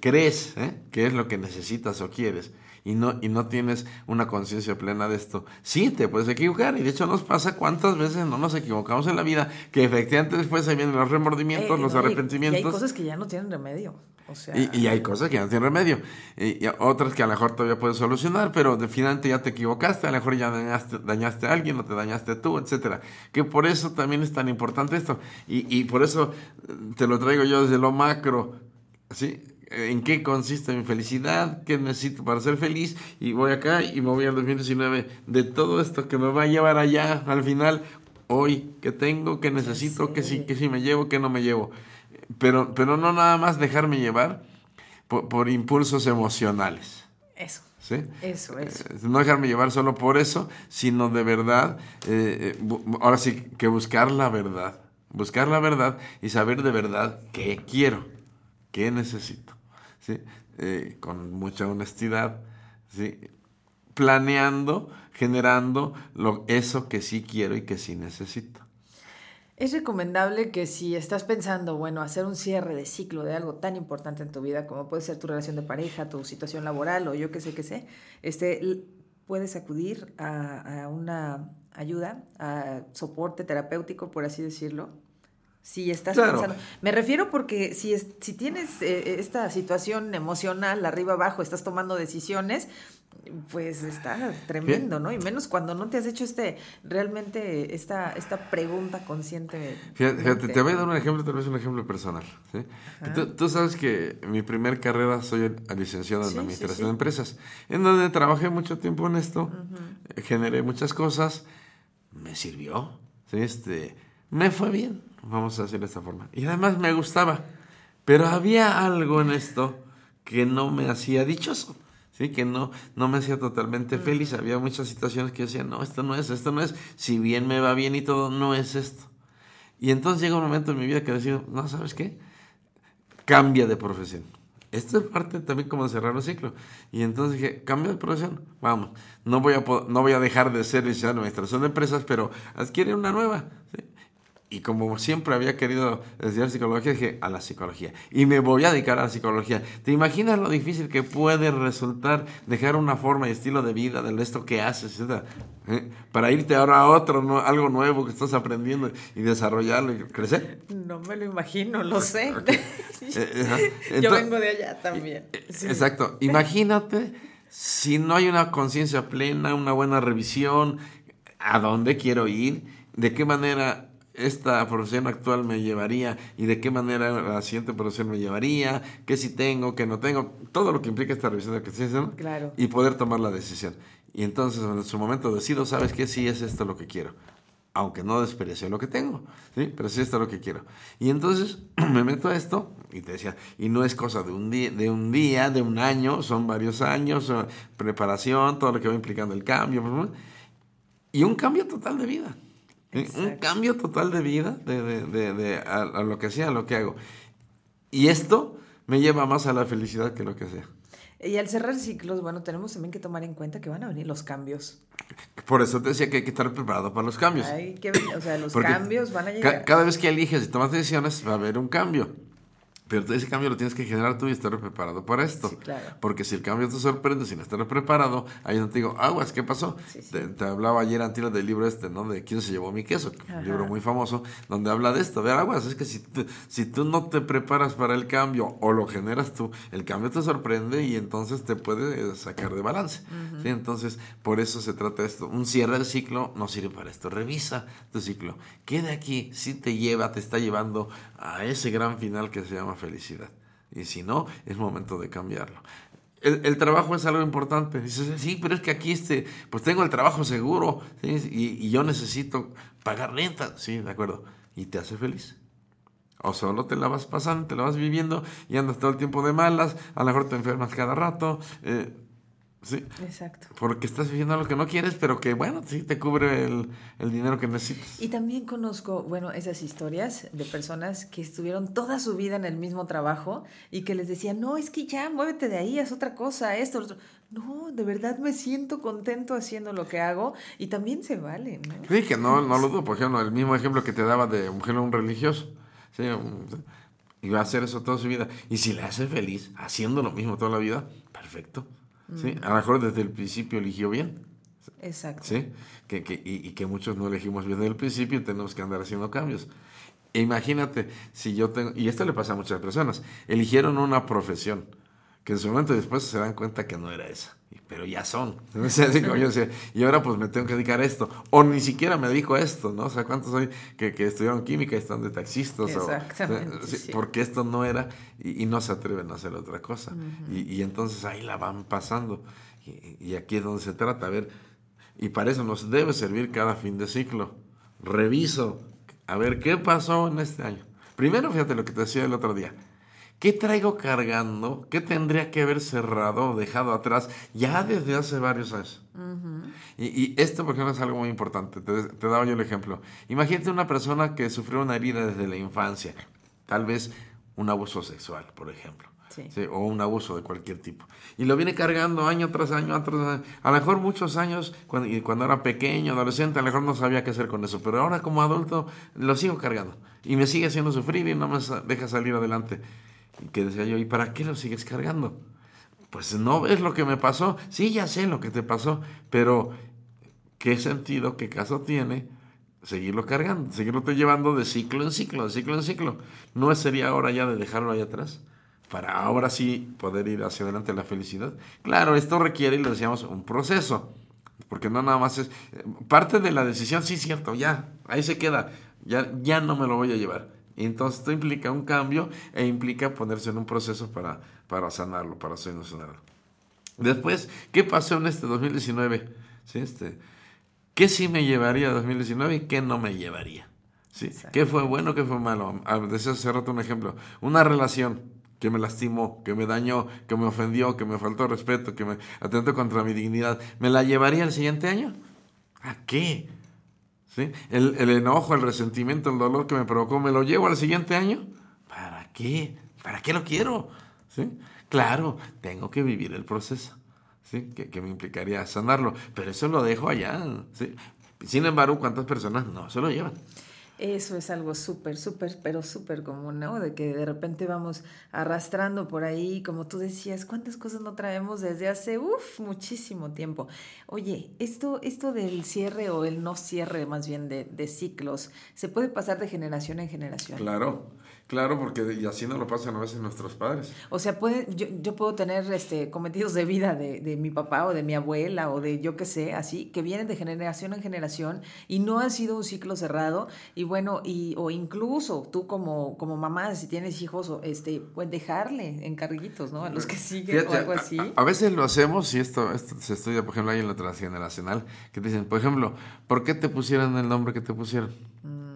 necesitas o quieres, y no tienes una conciencia plena de esto, sí te puedes equivocar. Y de hecho nos pasa cuántas veces no nos equivocamos en la vida, que efectivamente después ahí vienen los remordimientos, los arrepentimientos. Y hay cosas que ya no tienen remedio. O sea, y hay cosas que ya no tienen remedio. Y otras que a lo mejor todavía puedes solucionar, pero finalmente ya te equivocaste, a lo mejor ya dañaste a alguien o te dañaste tú, etcétera. Que por eso también es tan importante esto. Y por eso te lo traigo yo desde lo macro, ¿sí? ¿En qué consiste mi felicidad? ¿Qué necesito para ser feliz? Y voy acá y me voy al 2019 de todo esto que me va a llevar allá al final. Hoy, ¿qué tengo? ¿Qué necesito? ¿Qué sí me llevo? ¿Qué no me llevo? Pero no nada más dejarme llevar por impulsos emocionales. Eso. ¿Sí? Eso. No dejarme llevar solo por eso, sino de verdad, ahora sí que buscar la verdad y saber de verdad qué quiero, qué necesito, ¿sí? Con mucha honestidad, ¿sí? Planeando, generando eso que sí quiero y que sí necesito. Es recomendable que si estás pensando, bueno, hacer un cierre de ciclo de algo tan importante en tu vida como puede ser tu relación de pareja, tu situación laboral o yo qué sé, puedes acudir a una ayuda, a soporte terapéutico, por así decirlo. Si estás pensando, me refiero porque si tienes esta situación emocional arriba abajo, estás tomando decisiones, pues está tremendo, ¿no? Y menos cuando no te has hecho realmente esta pregunta consciente. Fíjate, te voy a dar un ejemplo, tal vez un ejemplo personal, ¿sí? Tú sabes que mi primer carrera soy licenciado en administración de empresas, en donde trabajé mucho tiempo en esto, generé muchas cosas, me sirvió, ¿sí? Me fue bien, vamos a decirlo de esta forma. Y además me gustaba, pero había algo en esto que no me hacía dichoso. Sí, que no me hacía totalmente feliz. Había muchas situaciones que decía, no, esto no es. Si bien me va bien y todo, no es esto. Y entonces llega un momento en mi vida que decido, no, ¿sabes qué? Cambia de profesión. Esto es parte también como de cerrar un ciclo. Y entonces dije, cambio de profesión. Vamos, no voy a dejar de ser licenciado en administración de empresas, pero adquiere una nueva, ¿sí? Y como siempre había querido estudiar psicología, dije, a la psicología. Y me voy a dedicar a la psicología. ¿Te imaginas lo difícil que puede resultar dejar una forma y estilo de vida de esto que haces, etcétera? Para irte ahora a otro, algo nuevo que estás aprendiendo y desarrollarlo y crecer? No me lo imagino, lo sé. Okay. Yo vengo de allá también. Sí. Exacto. Imagínate si no hay una conciencia plena, una buena revisión, a dónde quiero ir, de qué manera esta profesión actual me llevaría y de qué manera la siguiente profesión me llevaría, qué sí tengo, qué no tengo, todo lo que implica esta revisión de que estoy haciendo, claro. Y poder tomar la decisión. Y entonces en su momento decido, ¿sabes qué? Sí es esto lo que quiero, aunque no desprecio lo que tengo, ¿sí? Pero sí esto es lo que quiero. Y entonces me meto a esto Y te decía, y no es cosa de un día, de un año, son varios años, preparación, todo lo que va implicando el cambio. Y un cambio total de vida. Un cambio total de vida a lo que sea, a lo que hago. Y esto me lleva más a la felicidad que lo que sea. Y al cerrar ciclos, bueno, tenemos también que tomar en cuenta que van a venir los cambios. Por eso te decía que hay que estar preparado para los cambios. O sea, los Porque cambios van a llegar. Cada vez que eliges y tomas decisiones va a haber un cambio. Pero ese cambio lo tienes que generar tú y estar preparado para esto. Sí, claro. Porque si el cambio te sorprende sin estar preparado, ahí no te digo, aguas, ¿qué pasó? Sí, sí. Te hablaba ayer antes del libro ¿no? De ¿Quién se llevó mi queso? Un libro muy famoso, donde habla de esto. A ver, aguas, es que si tú no te preparas para el cambio o lo generas tú, el cambio te sorprende y entonces te puede sacar de balance. ¿Sí? Entonces, por eso se trata de esto. Un cierre de ciclo no sirve para esto. Revisa tu ciclo. ¿Qué de aquí sí te está llevando a ese gran final que se llama felicidad? Y si no, es momento de cambiarlo. El trabajo es algo importante. Dices, sí, pero es que aquí pues tengo el trabajo seguro, ¿sí? y yo necesito pagar renta. Sí, de acuerdo. ¿Y te hace feliz? O solo te la vas pasando, te la vas viviendo y andas todo el tiempo de malas, a lo mejor te enfermas cada rato. Sí. Exacto. Porque estás viviendo algo que no quieres, pero que, bueno, sí te cubre el dinero que necesitas. Y también conozco, bueno, esas historias de personas que estuvieron toda su vida en el mismo trabajo y que les decían, no, es que ya, muévete de ahí, haz otra cosa, esto, otro. No, de verdad me siento contento haciendo lo que hago y también se vale, ¿no? Sí, que no lo dudo. Por ejemplo, el mismo ejemplo que te daba de un religioso. Sí, y va a hacer eso toda su vida. Y si le hace feliz haciendo lo mismo toda la vida, perfecto. ¿Sí? A lo mejor desde el principio eligió bien. Exacto. ¿Sí? Y que muchos no elegimos bien desde el principio y tenemos que andar haciendo cambios. E imagínate, si yo tengo, y esto le pasa a muchas personas, eligieron una profesión, que en su momento después se dan cuenta que no era esa, pero ya son. Así como yo decía, y ahora pues me tengo que dedicar a esto, o ni siquiera me dedico a esto, ¿no? O sea, ¿cuántos hay que estudiaron química y están de taxistas? Exactamente, sí. Porque esto no era, y no se atreven a hacer otra cosa. Uh-huh. Y entonces ahí la van pasando. Y aquí es donde se trata, a ver, y para eso nos debe servir cada fin de ciclo. Reviso, a ver, ¿qué pasó en este año? Primero, fíjate lo que te decía el otro día. ¿Qué traigo cargando? ¿Qué tendría que haber cerrado o dejado atrás ya desde hace varios años? Uh-huh. Y esto, por ejemplo, es algo muy importante. Te daba yo el ejemplo. Imagínate una persona que sufrió una herida desde la infancia. Tal vez un abuso sexual, por ejemplo. Sí. ¿Sí? O un abuso de cualquier tipo. Y lo viene cargando año tras año, A lo mejor muchos años, cuando era pequeño, adolescente, a lo mejor no sabía qué hacer con eso. Pero ahora como adulto lo sigo cargando. Y me sigue haciendo sufrir y no me deja salir adelante. Y que decía yo, ¿y para qué lo sigues cargando? Pues no ves lo que me pasó. Sí, ya sé lo que te pasó, pero ¿qué sentido, qué caso tiene seguirlo cargando, seguirlo llevando de ciclo en ciclo, de ciclo en ciclo? ¿No sería hora ya de dejarlo ahí atrás? Para ahora sí poder ir hacia adelante a la felicidad. Claro, esto requiere, y lo decíamos, un proceso, porque no nada más es parte de la decisión, sí, cierto, ya, ahí se queda, ya no me lo voy a llevar. Entonces esto implica un cambio e implica ponerse en un proceso para sanarlo, para solucionarlo. Después, ¿qué pasó en este 2019? ¿Sí? ¿Qué sí me llevaría a 2019 y qué no me llevaría? ¿Sí? ¿Qué fue bueno, qué fue malo? Decía hace rato un ejemplo. Una relación que me lastimó, que me dañó, que me ofendió, que me faltó respeto, que me atentó contra mi dignidad, ¿me la llevaría el siguiente año? ¿A qué? ¿Sí? El enojo, el resentimiento, el dolor que me provocó, ¿me lo llevo al siguiente año? ¿Para qué? ¿Para qué lo quiero? ¿Sí? Claro, tengo que vivir el proceso, ¿sí? Que me implicaría sanarlo, pero eso lo dejo allá, ¿sí? Sin embargo, ¿cuántas personas no se lo llevan? Eso es algo súper, pero súper común, ¿no? De que de repente vamos arrastrando por ahí, como tú decías, ¿cuántas cosas no traemos desde hace, muchísimo tiempo? Oye, esto del cierre o el no cierre, más bien, de ciclos, ¿se puede pasar de generación en generación? Claro, porque y así nos lo pasan a veces nuestros padres. O sea, yo puedo tener cometidos de vida de mi papá o de mi abuela o de yo qué sé, así, que vienen de generación en generación y no ha sido un ciclo cerrado. Y bueno, o incluso tú como mamá, si tienes hijos, pues dejarle encarguitos, ¿no? A los que siguen. Fíjate, o algo así. A veces lo hacemos y esto se estudia, por ejemplo, ahí en la transgeneracional, que te dicen, por ejemplo, ¿por qué te pusieron el nombre que te pusieron?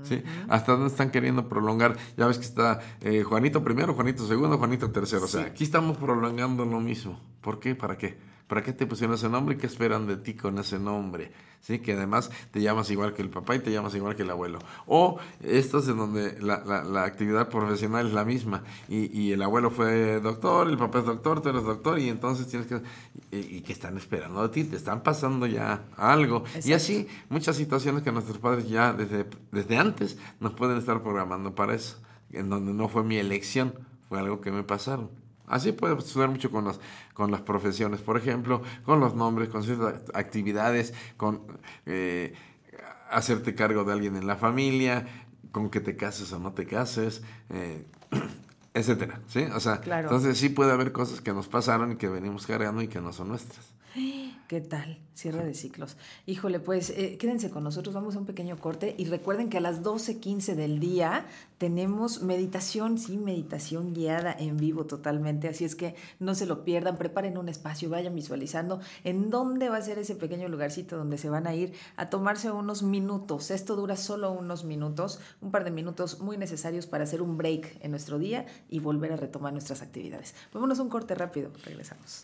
¿sí? ¿Hasta dónde están queriendo prolongar? Ya ves que está Juanito primero, Juanito segundo, Juanito tercero. O sea, aquí estamos prolongando lo mismo. ¿Por qué? ¿Para qué? ¿Para qué te pusieron ese nombre y qué esperan de ti con ese nombre? ¿Sí? Que además te llamas igual que el papá y te llamas igual que el abuelo. O estos en donde la actividad profesional es la misma y el abuelo fue doctor, el papá es doctor, tú eres doctor y entonces tienes que... Y que están esperando de ti, te están pasando ya algo. Exacto. Y así muchas situaciones que nuestros padres ya desde antes nos pueden estar programando para eso, en donde no fue mi elección, fue algo que me pasaron. Así puede suceder mucho con las profesiones, por ejemplo, con los nombres, con ciertas actividades, con hacerte cargo de alguien en la familia, con que te cases o no te cases, etcétera, ¿sí? O sea, claro. Entonces sí puede haber cosas que nos pasaron y que venimos cargando y que no son nuestras. ¿Qué tal? Cierre de ciclos. Híjole, pues quédense con nosotros, vamos a un pequeño corte y recuerden que a las 12:15 del día tenemos meditación, sí, meditación guiada en vivo totalmente, así es que no se lo pierdan, preparen un espacio, vayan visualizando en dónde va a ser ese pequeño lugarcito donde se van a ir a tomarse unos minutos. Esto dura solo unos minutos, un par de minutos muy necesarios para hacer un break en nuestro día y volver a retomar nuestras actividades. Vámonos a un corte rápido, regresamos.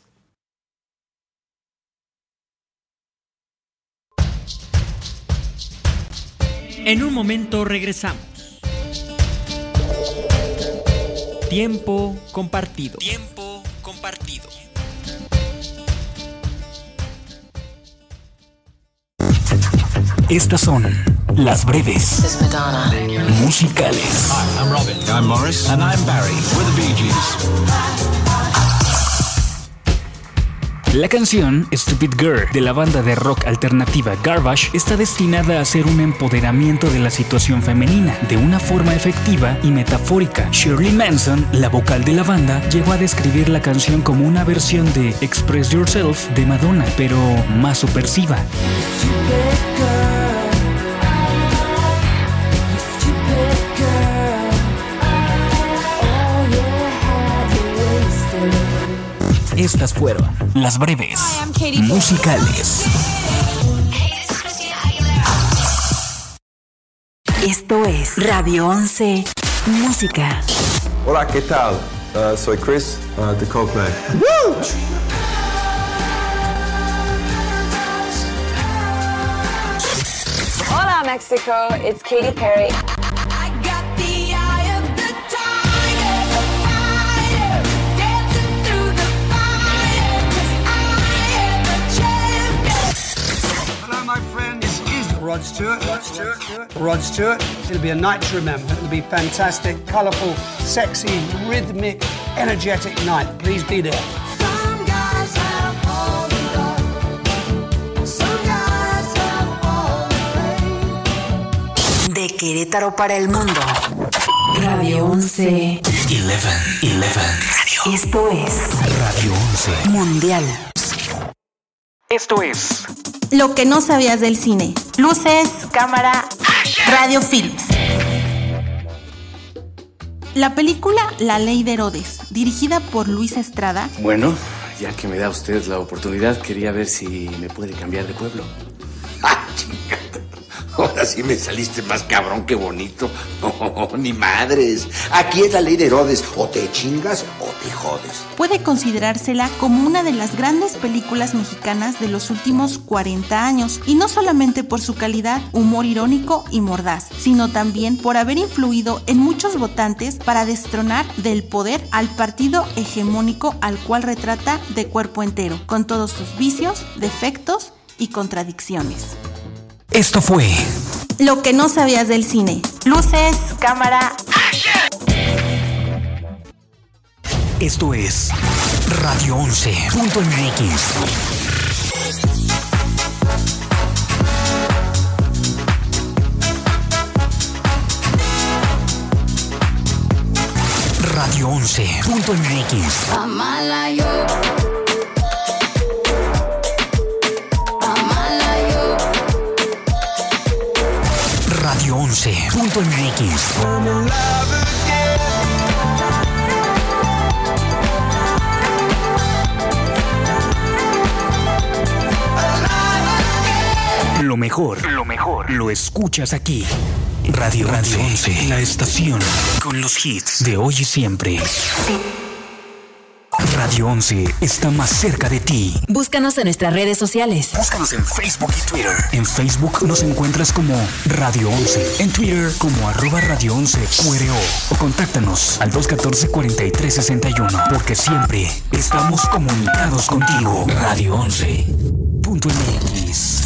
En un momento regresamos. Tiempo compartido. Tiempo compartido. Estas son las breves musicales. Hi, I'm Robin. I'm Morris. And I'm Barry. We're the Bee Gees. La canción Stupid Girl de la banda de rock alternativa Garbage está destinada a ser un empoderamiento de la situación femenina de una forma efectiva y metafórica. Shirley Manson, la vocal de la banda, llegó a describir la canción como una versión de Express Yourself de Madonna, pero más subversiva. Estas fueron las breves musicales. Esto es Radio 11 Música. Hola, ¿qué tal? Soy Chris de Coldplay. ¡Woo! Hola, Mexico. It's Katy Perry. Rod Stewart. It'll be a night to remember. It'll be fantastic, colourful, sexy, rhythmic, energetic night. Please be there. Some guys have all the love. Some guys have all the pain. De Querétaro para el mundo. Radio 11. 11. Radio. Esto es Radio 11 Mundial. Esto es Lo que no sabías del cine. Luces, cámara, radio films. La película La Ley de Herodes, dirigida por Luis Estrada. Bueno, ya que me da usted la oportunidad, quería ver si me puede cambiar de pueblo. ¡Ah, chingada! Ahora sí me saliste más cabrón que bonito. No, ni madres. Aquí es la ley de Herodes. O te chingas o te jodes. Puede considerársela como una de las grandes películas mexicanas de los últimos 40 años. Y no solamente por su calidad, humor irónico y mordaz, sino también por haber influido en muchos votantes para destronar del poder al partido hegemónico al cual retrata de cuerpo entero, con todos sus vicios, defectos y contradicciones. Esto fue Lo que no sabías del cine. Luces, cámara. Esto es Radio 11.mx. Radio 11.mx. Radio 11.mx. Lo mejor mejor lo escuchas aquí. Radio 11, la estación con los hits de hoy y siempre. Radio 11 está más cerca de ti. Búscanos en nuestras redes sociales. Búscanos en Facebook y Twitter. En Facebook nos encuentras como Radio 11. En Twitter como @Radio 11 QRO. O contáctanos al 214-4361. Porque siempre estamos comunicados contigo. Radio 11.mx.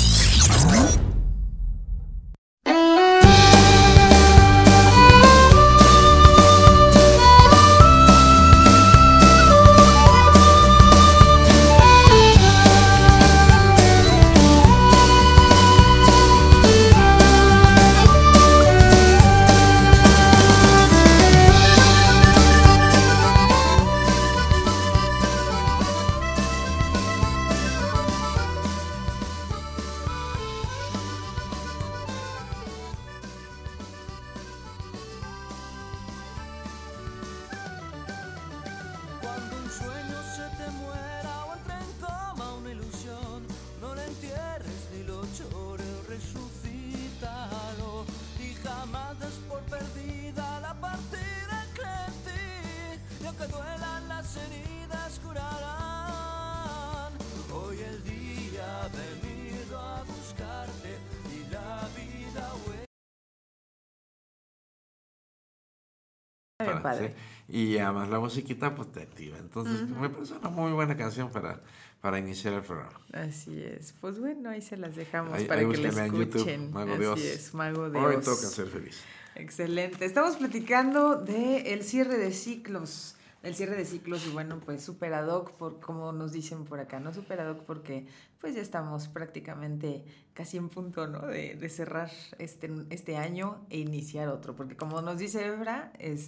Padre. ¿Sí? Y además la musiquita pues te activa. Entonces me parece una muy buena canción para iniciar el programa. Así es. Pues bueno, ahí se las dejamos ahí para que la escuchen. YouTube, Mago Dios. Así es, Mago Dios. Hoy toca ser feliz. Excelente. Estamos platicando del cierre de ciclos. El cierre de ciclos y bueno, pues super ad hoc, por como nos dicen por acá, ¿no? Super ad hoc porque pues ya estamos prácticamente casi en punto, ¿no? De cerrar este año e iniciar otro, porque como nos dice Efra,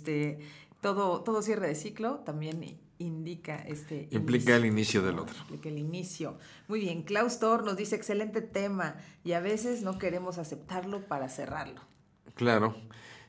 todo cierre de ciclo también implica el inicio del otro. Implica el inicio. Muy bien, Klaus Thor nos dice excelente tema y a veces no queremos aceptarlo para cerrarlo. Claro.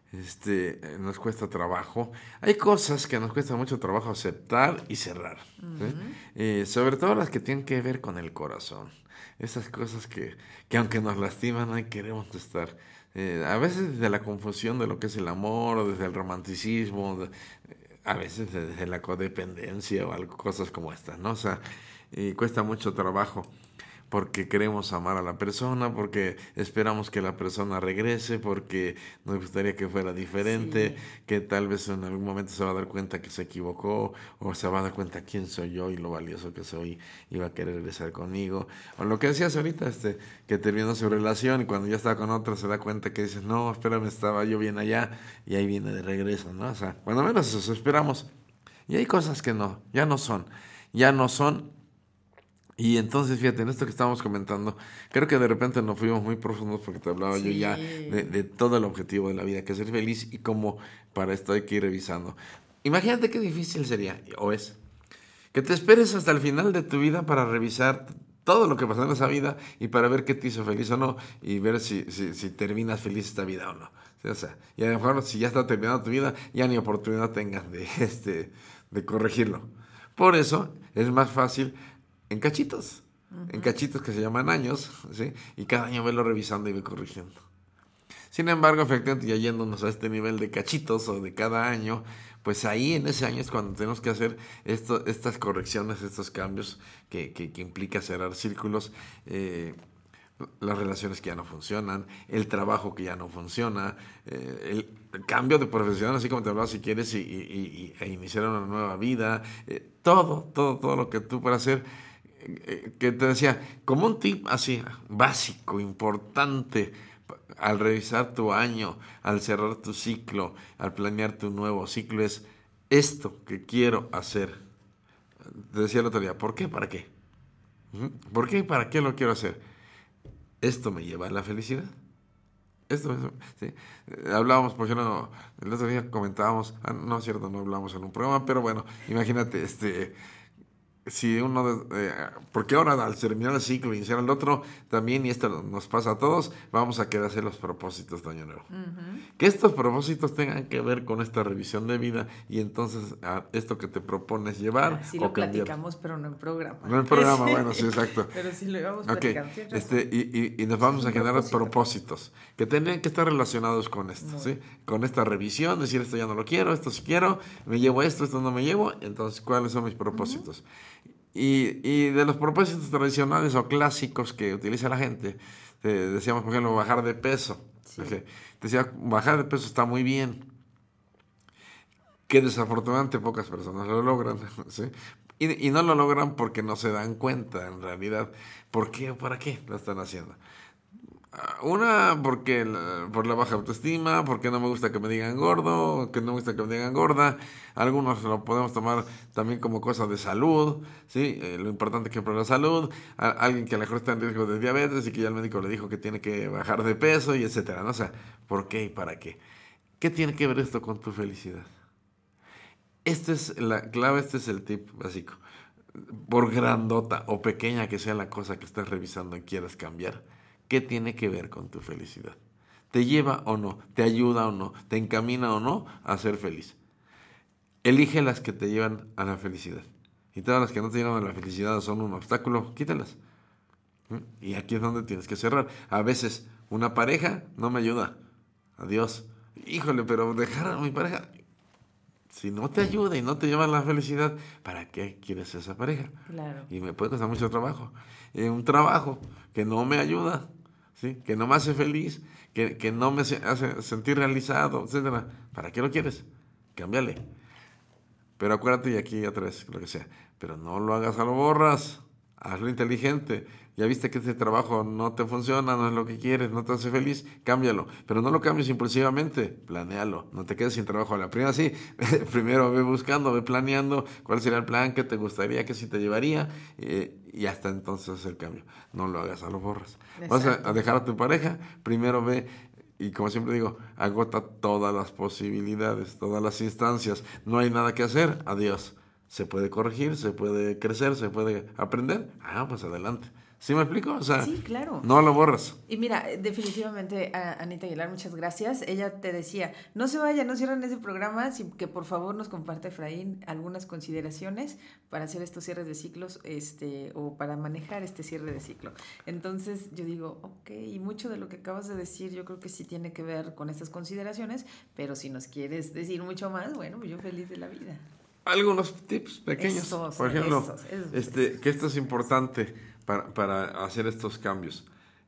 Nos cuesta trabajo. Hay cosas que nos cuesta mucho trabajo aceptar y cerrar. ¿Sí? Sobre todo las que tienen que ver con el corazón. Esas cosas que aunque nos lastiman, ahí queremos estar. A veces desde la confusión de lo que es el amor, o desde el romanticismo, a veces desde la codependencia o algo, cosas como estas, ¿no? O sea, cuesta mucho trabajo. Porque queremos amar a la persona, porque esperamos que la persona regrese, porque nos gustaría que fuera diferente, que tal vez en algún momento se va a dar cuenta que se equivocó, o se va a dar cuenta quién soy yo y lo valioso que soy, y va a querer regresar conmigo. O lo que decías ahorita, que terminó su relación y cuando ya está con otra se da cuenta que dices, no, espérame, estaba yo bien allá, y ahí viene de regreso, ¿no? O sea, cuando menos eso esperamos. Y hay cosas que ya no son. Y entonces, fíjate, en esto que estábamos comentando, creo que de repente nos fuimos muy profundos porque te hablaba yo ya de todo el objetivo de la vida, que es ser feliz y cómo para esto hay que ir revisando. Imagínate qué difícil sería, o es, que te esperes hasta el final de tu vida para revisar todo lo que pasó en esa vida y para ver qué te hizo feliz o no y ver si terminas feliz esta vida o no. O sea, y a lo mejor si ya está terminada tu vida, ya ni oportunidad tengas de corregirlo. Por eso es más fácil en cachitos que se llaman años, ¿sí? Y cada año verlo revisando y ve corrigiendo. Sin embargo, efectivamente, ya yéndonos a este nivel de cachitos o de cada año, pues ahí en ese año es cuando tenemos que hacer estas correcciones, estos cambios que implica cerrar círculos, las relaciones que ya no funcionan, el trabajo que ya no funciona, el cambio de profesión, así como te hablaba, si quieres, e iniciar una nueva vida, todo lo que tú puedas hacer, que te decía, como un tip así básico, importante, al revisar tu año, al cerrar tu ciclo, al planear tu nuevo ciclo, es esto que quiero hacer. Te decía el otro día, ¿por qué? ¿Para qué? ¿Por qué y para qué lo quiero hacer? ¿Esto me lleva a la felicidad? ¿Sí? Hablábamos, por ejemplo, el otro día comentábamos, no es cierto, no hablamos en un programa, pero bueno, imagínate, si uno, porque ahora al terminar el ciclo y iniciar el otro también, y esto nos pasa a todos, vamos a querer hacer los propósitos de año nuevo. Que estos propósitos tengan que ver con esta revisión de vida y entonces esto que te propones llevar sí o lo cambiar. Platicamos, pero no en programa. No en programa, bueno, sí, exacto. Pero sí lo íbamos platicando. Y nos vamos a generar propósitos que tienen que estar relacionados con esto, ¿sí? Con esta revisión, decir esto ya no lo quiero, esto sí quiero, me llevo esto no me llevo, entonces ¿cuáles son mis propósitos? Y de los propósitos tradicionales o clásicos que utiliza la gente, decíamos, por ejemplo, bajar de peso. Sí. Decía, bajar de peso está muy bien, que desafortunadamente pocas personas lo logran, ¿sí? Y no lo logran porque no se dan cuenta, en realidad, ¿por qué o para qué lo están haciendo? Una, porque por la baja autoestima, porque no me gusta que me digan gordo, que no me gusta que me digan gorda. Algunos lo podemos tomar también como cosa de salud, ¿sí? Lo importante que es la salud. Alguien que a lo mejor está en riesgo de diabetes y que ya el médico le dijo que tiene que bajar de peso y etcétera, ¿no? O sea, ¿por qué y para qué? ¿Qué tiene que ver esto con tu felicidad? Esta es la clave, este es el tip básico. Por grandota o pequeña que sea la cosa que estés revisando y quieras cambiar, ¿qué tiene que ver con tu felicidad? ¿Te lleva o no? ¿Te ayuda o no? ¿Te encamina o no a ser feliz? Elige las que te llevan a la felicidad. Y todas las que no te llevan a la felicidad son un obstáculo, quítalas. Y aquí es donde tienes que cerrar. A veces, una pareja no me ayuda. Adiós. Híjole, pero dejar a mi pareja... Si no te ayuda y no te lleva a la felicidad, ¿para qué quieres esa pareja? Claro. Y me puede costar mucho trabajo. Un trabajo que no me ayuda, ¿sí? Que no me hace feliz, que no me hace sentir realizado, etcétera. ¿Para qué lo quieres? Cámbiale. Pero acuérdate, y aquí otra vez, lo que sea, pero no lo hagas a lo borras, hazlo inteligente. Ya viste que ese trabajo no te funciona, no es lo que quieres, no te hace feliz, cámbialo. Pero no lo cambies impulsivamente, planéalo. No te quedes sin trabajo a la primera, sí. Primero ve buscando, ve planeando cuál sería el plan que te gustaría, que sí te llevaría, y hasta entonces hacer el cambio. No lo hagas a lo borras. Exacto. Vas a dejar a tu pareja, primero ve, y como siempre digo, agota todas las posibilidades, todas las instancias. No hay nada que hacer, adiós. Se puede corregir, se puede crecer, se puede aprender. Pues adelante. ¿Sí me explico? O sea, sí, claro. No lo borras. Y mira, definitivamente, Anita Aguilar, muchas gracias. Ella te decía, no se vaya, no cierren ese programa, que por favor nos comparte, Efraín, algunas consideraciones para hacer estos cierres de ciclos, o para manejar este cierre de ciclo. Entonces yo digo, ok, y mucho de lo que acabas de decir yo creo que sí tiene que ver con estas consideraciones, pero si nos quieres decir mucho más, bueno, yo feliz de la vida. Algunos tips pequeños, por ejemplo, que esto es importante para hacer estos cambios.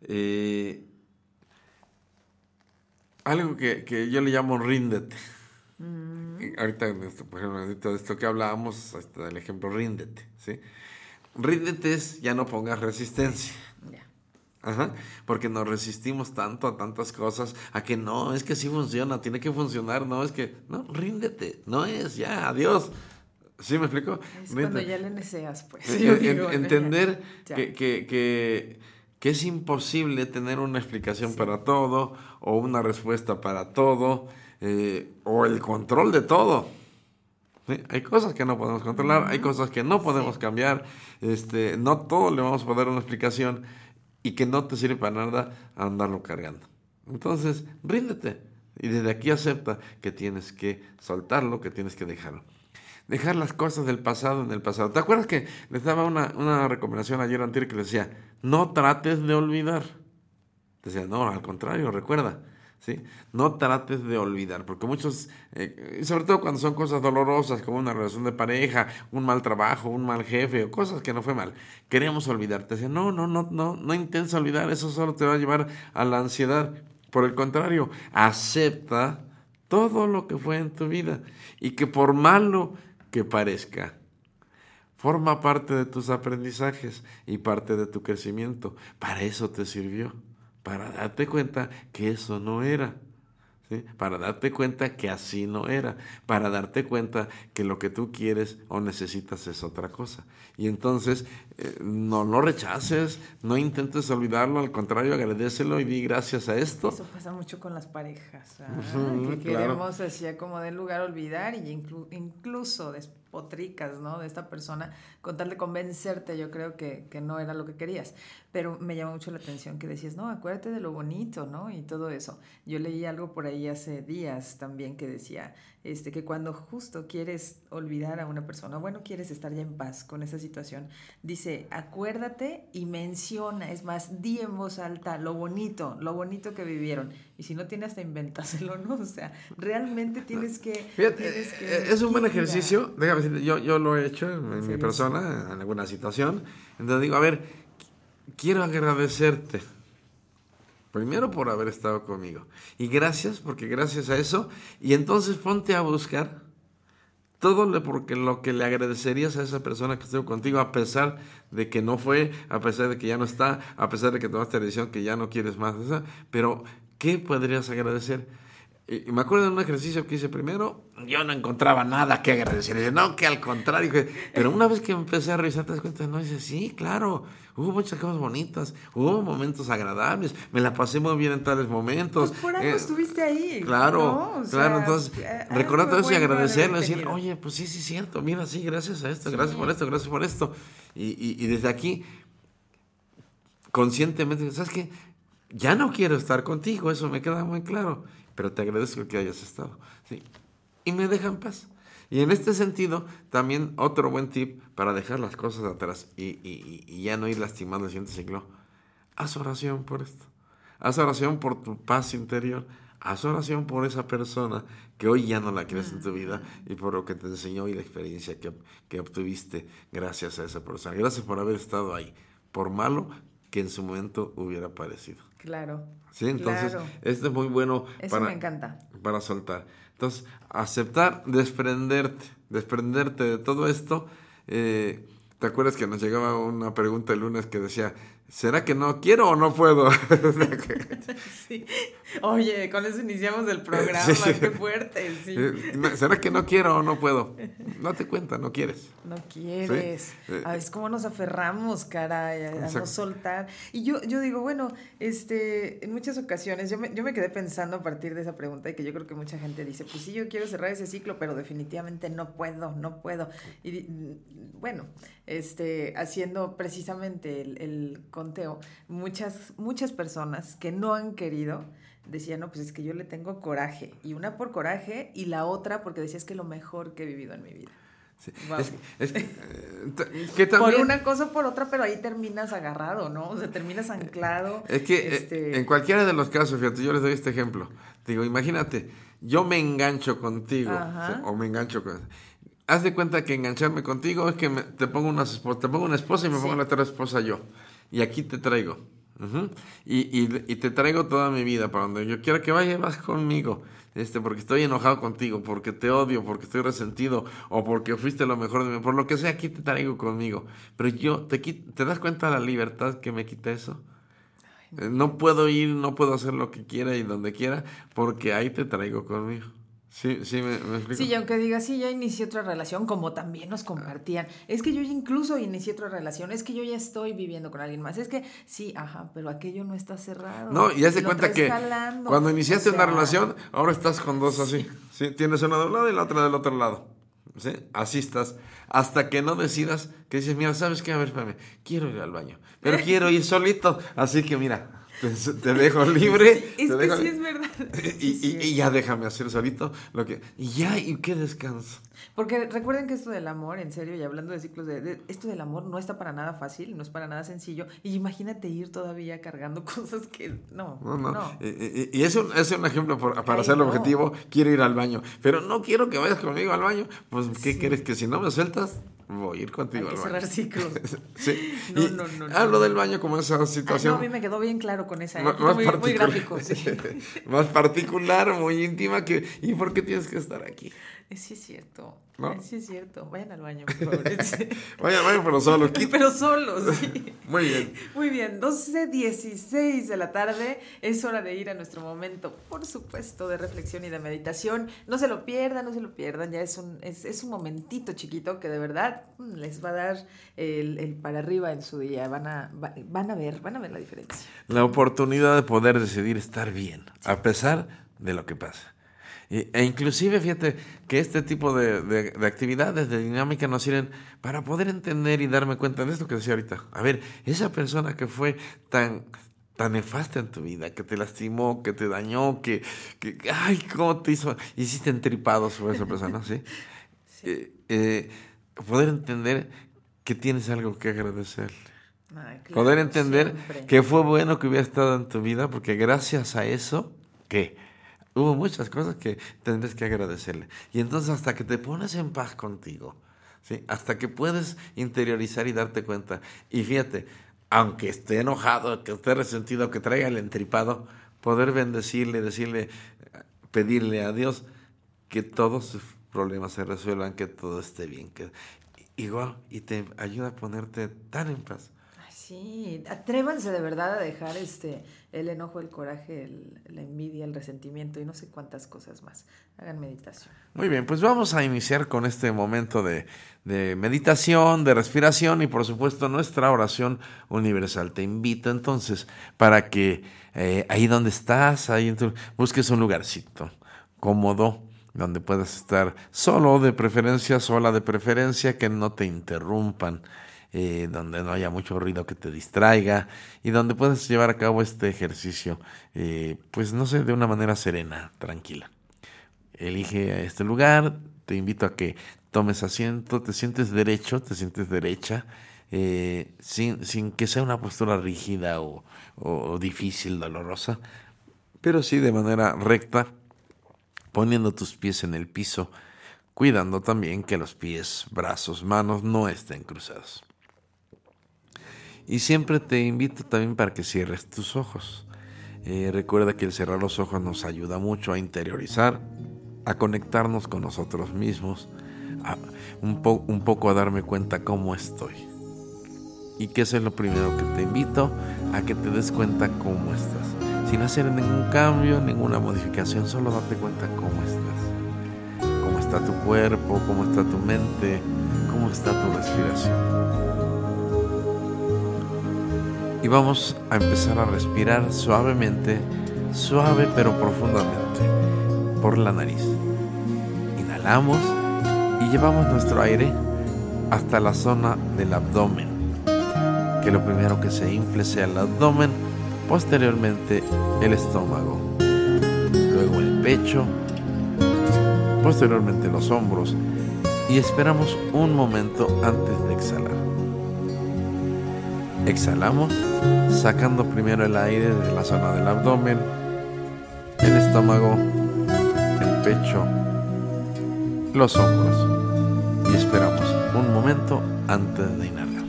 Algo que yo le llamo ríndete. Ahorita, por ejemplo, de esto que hablábamos, hasta del ejemplo ríndete, ¿sí? Ríndete es ya no pongas resistencia. Ajá, porque nos resistimos tanto a tantas cosas, a que no, es que sí funciona, tiene que funcionar, no, es que, no, ríndete, no es, ya, adiós. ¿Sí me explico? Es ríndete. Cuando ya le deseas, pues. Entender que es imposible tener una explicación para todo, o una respuesta para todo, o el control de todo. ¿Sí? Hay cosas que no podemos controlar, hay cosas que no podemos cambiar, no todo le vamos a dar una explicación, y que no te sirve para nada andarlo cargando. Entonces, ríndete. Y desde aquí acepta que tienes que soltarlo, que tienes que dejarlo. Dejar las cosas del pasado en el pasado. ¿Te acuerdas que les daba una recomendación ayer anterior que les decía, no trates de olvidar? Decía, no, al contrario, recuerda. ¿Sí? No trates de olvidar, porque muchos, sobre todo cuando son cosas dolorosas como una relación de pareja, un mal trabajo, un mal jefe o cosas que no fue mal, queremos olvidar. Te decía, no intentes olvidar, eso solo te va a llevar a la ansiedad. Por el contrario, acepta todo lo que fue en tu vida y que por malo que parezca, forma parte de tus aprendizajes y parte de tu crecimiento. Para eso te sirvió. Para darte cuenta que eso no era, ¿sí? Para darte cuenta que así no era, para darte cuenta que lo que tú quieres o necesitas es otra cosa. Y entonces no lo rechaces, no intentes olvidarlo, al contrario, agradécelo y di gracias a esto. Eso pasa mucho con las parejas, que queremos así como de lugar olvidar y incluso potricas, ¿no? De esta persona, con tal de convencerte, yo creo que no era lo que querías. Pero me llamó mucho la atención que decías, no, acuérdate de lo bonito, ¿no? Y todo eso. Yo leí algo por ahí hace días también que decía, que cuando justo quieres olvidar a una persona, bueno, quieres estar ya en paz con esa situación, dice, acuérdate y menciona, es más, di en voz alta lo bonito que vivieron. Y si no tienes, hasta invéntaselo, ¿no? O sea, realmente tienes que... Fíjate, es un buen ejercicio, déjame decirte, yo lo he hecho en mi persona, en alguna situación. Entonces digo, a ver, quiero agradecerte. Primero por haber estado conmigo. Y gracias, porque gracias a eso. Y entonces ponte a buscar porque lo que le agradecerías a esa persona que estuvo contigo, a pesar de que no fue, a pesar de que ya no está, a pesar de que tomaste la decisión que ya no quieres más. Pero, ¿qué podrías agradecer? Y me acuerdo de un ejercicio que hice primero, yo no encontraba nada que agradecer. No, que al contrario. Pero una vez que empecé a revisar, te das cuenta, no, dices, sí, claro, hubo muchas cosas bonitas, hubo momentos agradables, me la pasé muy bien en tales momentos. Pues por algo estuviste ahí. Claro, ¿no? claro, entonces, recordar todo eso y agradecerle, decir, oye, pues sí, es cierto, mira, sí, gracias a esto, gracias por esto, gracias por esto. Y desde aquí, conscientemente, ¿sabes qué? Ya no quiero estar contigo, eso me queda muy claro. Pero te agradezco que hayas estado. ¿Sí? Y me deja en paz. Y en este sentido, también otro buen tip para dejar las cosas atrás y ya no ir lastimando el siguiente ciclo. Haz oración por esto. Haz oración por tu paz interior. Haz oración por esa persona que hoy ya no la quieres en tu vida y por lo que te enseñó y la experiencia que obtuviste gracias a esa persona. Gracias por haber estado ahí. Por malo que en su momento hubiera parecido. Claro. Sí, entonces, esto es muy bueno. Eso me encanta. Para soltar. Entonces, aceptar, desprenderte de todo esto. ¿Te acuerdas que nos llegaba una pregunta el lunes que decía, ¿será que no quiero o no puedo? Sí. Oye, con eso iniciamos el programa, sí. Qué fuerte, sí. ¿Será que no quiero o no puedo? Date cuenta, no quieres. No quieres. ¿Sí? Es como nos aferramos, caray, a no soltar. Y yo digo, bueno, en muchas ocasiones, yo me quedé pensando a partir de esa pregunta y que yo creo que mucha gente dice, pues sí, yo quiero cerrar ese ciclo, pero definitivamente no puedo. Y bueno, haciendo precisamente el conteo, muchas personas que no han querido decían, no, pues es que yo le tengo coraje, y una por coraje y la otra porque decía, es que lo mejor que he vivido en mi vida. Sí. Wow. Que también, por una cosa o por otra, pero ahí terminas agarrado, ¿no? O sea, terminas anclado. Es que en cualquiera de los casos, fíjate, yo les doy este ejemplo. Digo, imagínate, yo me engancho contigo, ¿sí? O me engancho con... Haz de cuenta que engancharme contigo es que te pongo una esposa y me pongo la otra esposa yo. Y aquí te traigo. Uh-huh. Y te traigo toda mi vida para donde yo quiera que vayas, vas conmigo. Porque estoy enojado contigo, porque te odio, porque estoy resentido, o porque fuiste lo mejor de mí, por lo que sea, aquí te traigo conmigo. Pero yo, ¿te das cuenta de la libertad que me quita eso? No puedo ir, no puedo hacer lo que quiera y donde quiera, porque ahí te traigo conmigo. Sí, me explico. Sí, y aunque digas, sí, ya inicié otra relación, como también nos compartían, es que yo incluso inicié otra relación, es que yo ya estoy viviendo con alguien más, es que sí, pero aquello no está cerrado. No, y haz de cuenta que cuando iniciaste una relación, ahora estás con dos así, ¿sí? Tienes una de un lado y la otra del otro lado, ¿sí? Así estás, hasta que no decidas, que dices, mira, ¿sabes qué? A ver, espérame, quiero ir al baño, pero quiero ir solito, así que mira... Te dejo libre. Sí, sí es verdad. Y ya déjame hacer solito lo que... Y qué descanso. Porque recuerden que esto del amor, en serio, y hablando de ciclos, esto del amor no está para nada fácil, no es para nada sencillo. Y imagínate ir todavía cargando cosas que... No. Y es un ejemplo para hacer el objetivo. Quiero ir al baño. Pero no quiero que vayas conmigo al baño. Pues, ¿qué quieres? Que si no me sueltas... Voy a ir contigo al baño. Hay que cerrar ciclos. Sí. No. Hablo del baño como esa situación. A mí me quedó bien claro con esa. Muy gráfico, sí. Más particular, muy íntima que... ¿Y por qué tienes que estar aquí? Sí es cierto. ¿No? Sí es cierto. Vayan al baño, por favor. Vayan al baño, pero solos. Pero solos, sí. Muy bien. Muy bien. 12:16 de la tarde. Es hora de ir a nuestro momento, por supuesto, de reflexión y de meditación. No se lo pierdan. Ya es un momentito chiquito que de verdad les va a dar el para arriba en su día. Van a ver la diferencia. La oportunidad de poder decidir estar bien, a pesar de lo que pasa. E inclusive, fíjate que este tipo de actividades, de dinámica, nos sirven para poder entender y darme cuenta de esto que decía ahorita. A ver, esa persona que fue tan nefasta en tu vida, que te lastimó, que te dañó, que ay, cómo te hiciste entripados sobre esa persona, ¿sí? Sí. Poder entender que tienes algo que agradecerle. Ay, claro, poder entender siempre. Que fue bueno que hubiera estado en tu vida, porque gracias a eso, ¿qué? Hubo muchas cosas que tendrás que agradecerle. Y entonces hasta que te pones en paz contigo, ¿sí? Hasta que puedes interiorizar y darte cuenta. Y fíjate, aunque esté enojado, que esté resentido, que traiga el entripado, poder bendecirle, decirle, pedirle a Dios que todos sus problemas se resuelvan, que todo esté bien. Que igual, y te ayuda a ponerte tan en paz. Sí, atrévanse de verdad a dejar el enojo, el coraje, la envidia, el resentimiento y no sé cuántas cosas más. Hagan meditación. Muy bien, pues vamos a iniciar con este momento de meditación, de respiración y por supuesto nuestra oración universal. Te invito entonces para que ahí donde estás, busques un lugarcito cómodo, donde puedas estar solo de preferencia, sola de preferencia, que no te interrumpan. Donde no haya mucho ruido que te distraiga y donde puedas llevar a cabo este ejercicio, pues no sé, de una manera serena, tranquila. Elige este lugar, te invito a que tomes asiento, te sientes derecho, te sientes derecha, sin que sea una postura rígida o difícil, dolorosa, pero sí de manera recta, poniendo tus pies en el piso, cuidando también que los pies, brazos, manos no estén cruzados. Y siempre te invito también para que cierres tus ojos. Recuerda que el cerrar los ojos nos ayuda mucho a interiorizar, a conectarnos con nosotros mismos, un poco a darme cuenta cómo estoy. Y que eso es lo primero que te invito, a que te des cuenta cómo estás. Sin hacer ningún cambio, ninguna modificación, solo date cuenta cómo estás. Cómo está tu cuerpo, cómo está tu mente, cómo está tu respiración. Y vamos a empezar a respirar suavemente, suave pero profundamente, por la nariz. Inhalamos y llevamos nuestro aire hasta la zona del abdomen. Que lo primero que se infle sea el abdomen, posteriormente el estómago, luego el pecho, posteriormente los hombros y esperamos un momento antes de exhalar. Exhalamos, sacando primero el aire de la zona del abdomen, el estómago, el pecho, los hombros y esperamos un momento antes de inhalar.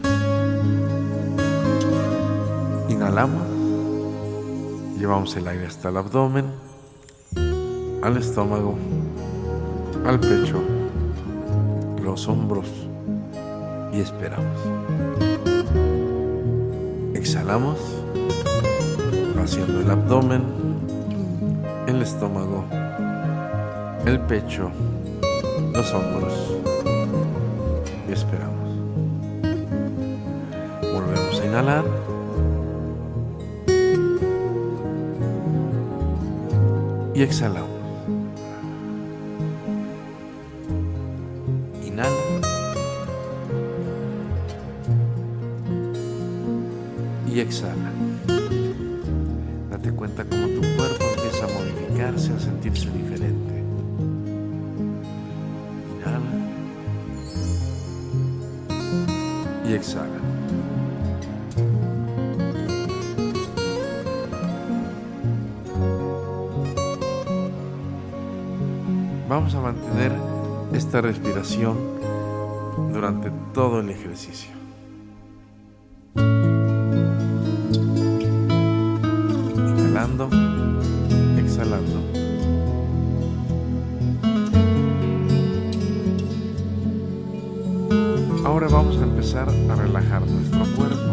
Inhalamos, llevamos el aire hasta el abdomen, al estómago, al pecho, los hombros y esperamos. Exhalamos, vaciando el abdomen, el estómago, el pecho, los hombros y esperamos. Volvemos a inhalar. Y exhalamos. Inhala. Y exhala. Date cuenta cómo tu cuerpo empieza a modificarse, a sentirse diferente. Inhala. Y exhala. Vamos a mantener esta respiración durante todo el ejercicio. Inhalando, exhalando. Ahora vamos a empezar a relajar nuestro cuerpo.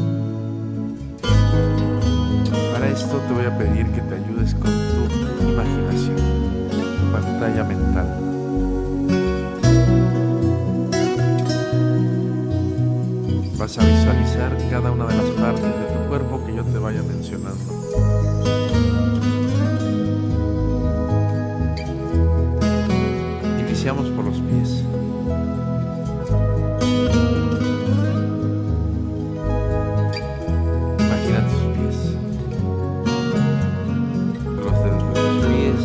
Para esto te voy a pedir que te ayudes con tu imaginación, tu pantalla mental. Vas a visualizar cada una de las partes de tu cuerpo que yo te vaya mencionando. Iniciamos por los pies. Imagina tus pies, los dedos de tus pies,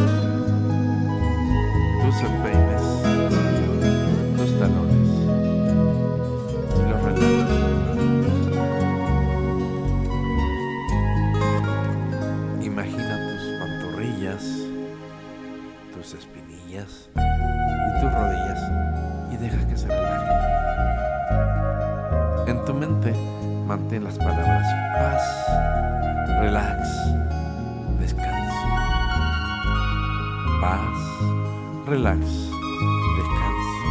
tus empeines, tus talones, y los relajas. Imagina tus pantorrillas, tus espinillas y tus rodillas, y deja que se relajen. En tu mente mantén las palabras paz, relax, descanso. Paz, relax, descanso.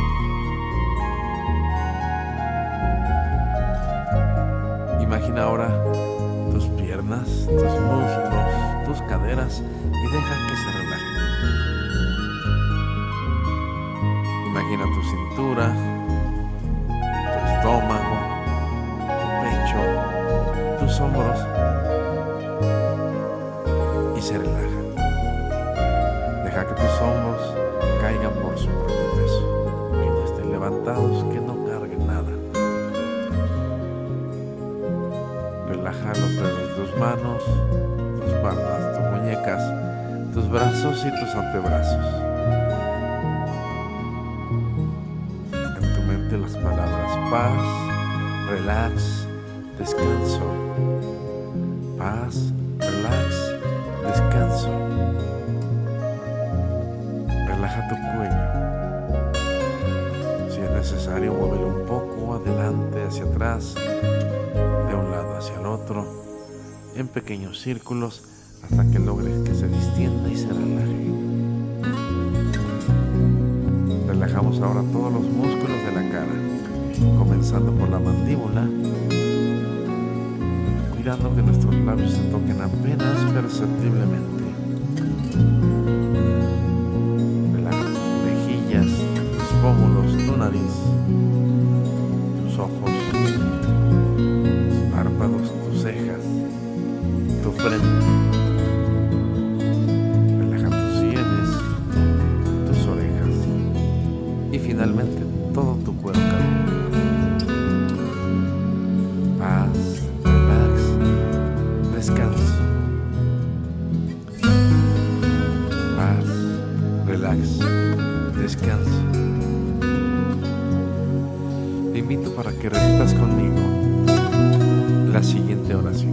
Imagina ahora tus piernas, tus muslos, tus caderas, y deja que se relajen. Imagina tu cintura, tu estómago, tu pecho, tus hombros, y se relajan. Deja que tus hombros caigan por su propio peso, que no estén levantados, que no carguen nada. Relaja los dedos de tus manos, tus palmas, tus muñecas, tus brazos y tus antebrazos. En tu mente las palabras paz, relax, descanso. Paz, relax, descanso. Relaja tu cuello. Si es necesario, muévelo un poco adelante, hacia atrás, de un lado hacia el otro, en pequeños círculos, hasta que logres que se distienda y se relaje. Relajamos ahora todos los músculos de la cara, comenzando por la mandíbula, cuidando que nuestros labios se toquen apenas perceptiblemente. Relaja tus mejillas, tus pómulos, tu nariz, tus ojos, tus párpados, tus cejas, tu frente. Relaja tus sienes, tus orejas y finalmente todo tu cuerpo. Paz, relax, descanso. Paz, relax, descanso. Te invito para que repitas conmigo la siguiente oración.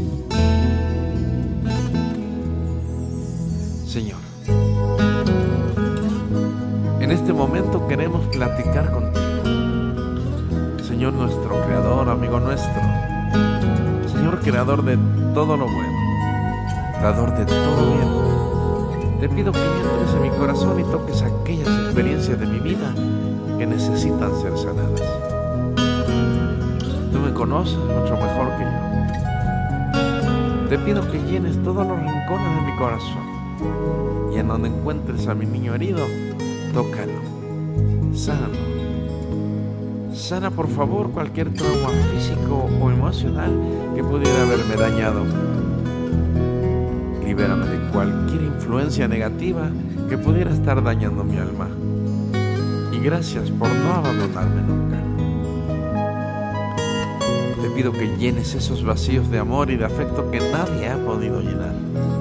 Señor, en este momento queremos platicar contigo. Señor nuestro Creador, amigo nuestro. Señor Creador de todo lo bueno, Dador de todo bien. Te pido que entres en mi corazón y toques aquellas experiencias de mi vida que necesitan ser sanadas. Tú me conoces mucho mejor que yo. Te pido que llenes todos los rincones de mi corazón, y en donde encuentres a mi niño herido, tócalo, sánalo. Sana por favor cualquier trauma físico o emocional que pudiera haberme dañado. Libérame de cualquier influencia negativa que pudiera estar dañando mi alma. Y gracias por no abandonarme nunca. Te pido que llenes esos vacíos de amor y de afecto que nadie ha podido llenar.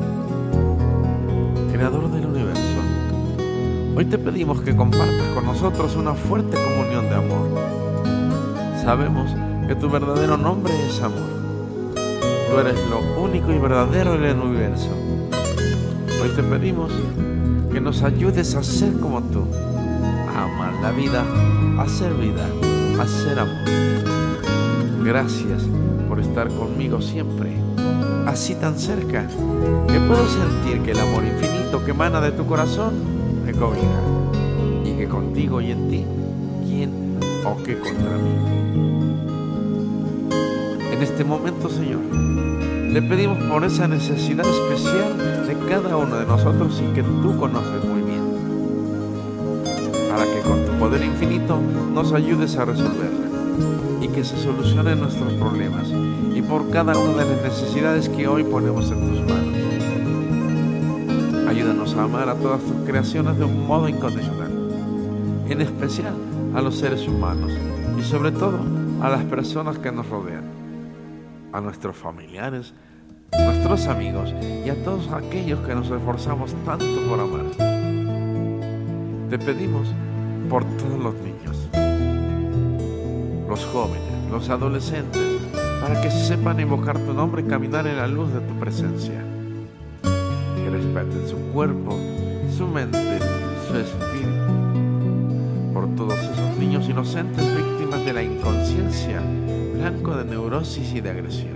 Creador del universo, hoy te pedimos que compartas con nosotros una fuerte comunión de amor. Sabemos que tu verdadero nombre es amor. Tú eres lo único y verdadero en el universo. Hoy te pedimos que nos ayudes a ser como tú, a amar la vida, a ser vida, a ser amor. Gracias por estar conmigo siempre, así tan cerca, que puedo sentir que el amor infinito que emana de tu corazón me cobija, y que contigo y en ti, ¿quién o qué contra mí? En este momento, Señor, te pedimos por esa necesidad especial de cada uno de nosotros y que tú conoces muy bien, para que con tu poder infinito nos ayudes a resolverla y que se solucionen nuestros problemas, y por cada una de las necesidades que hoy ponemos en tus manos. Ayúdanos a amar a todas tus creaciones de un modo incondicional, en especial a los seres humanos y sobre todo a las personas que nos rodean, a nuestros familiares, nuestros amigos y a todos aquellos que nos esforzamos tanto por amar. Te pedimos por todos los niños, los jóvenes, los adolescentes, para que sepan invocar tu nombre y caminar en la luz de tu presencia. Que respeten su cuerpo, su mente, su espíritu. Por todos esos niños inocentes víctimas de la inconsciencia, blanco de neurosis y de agresión.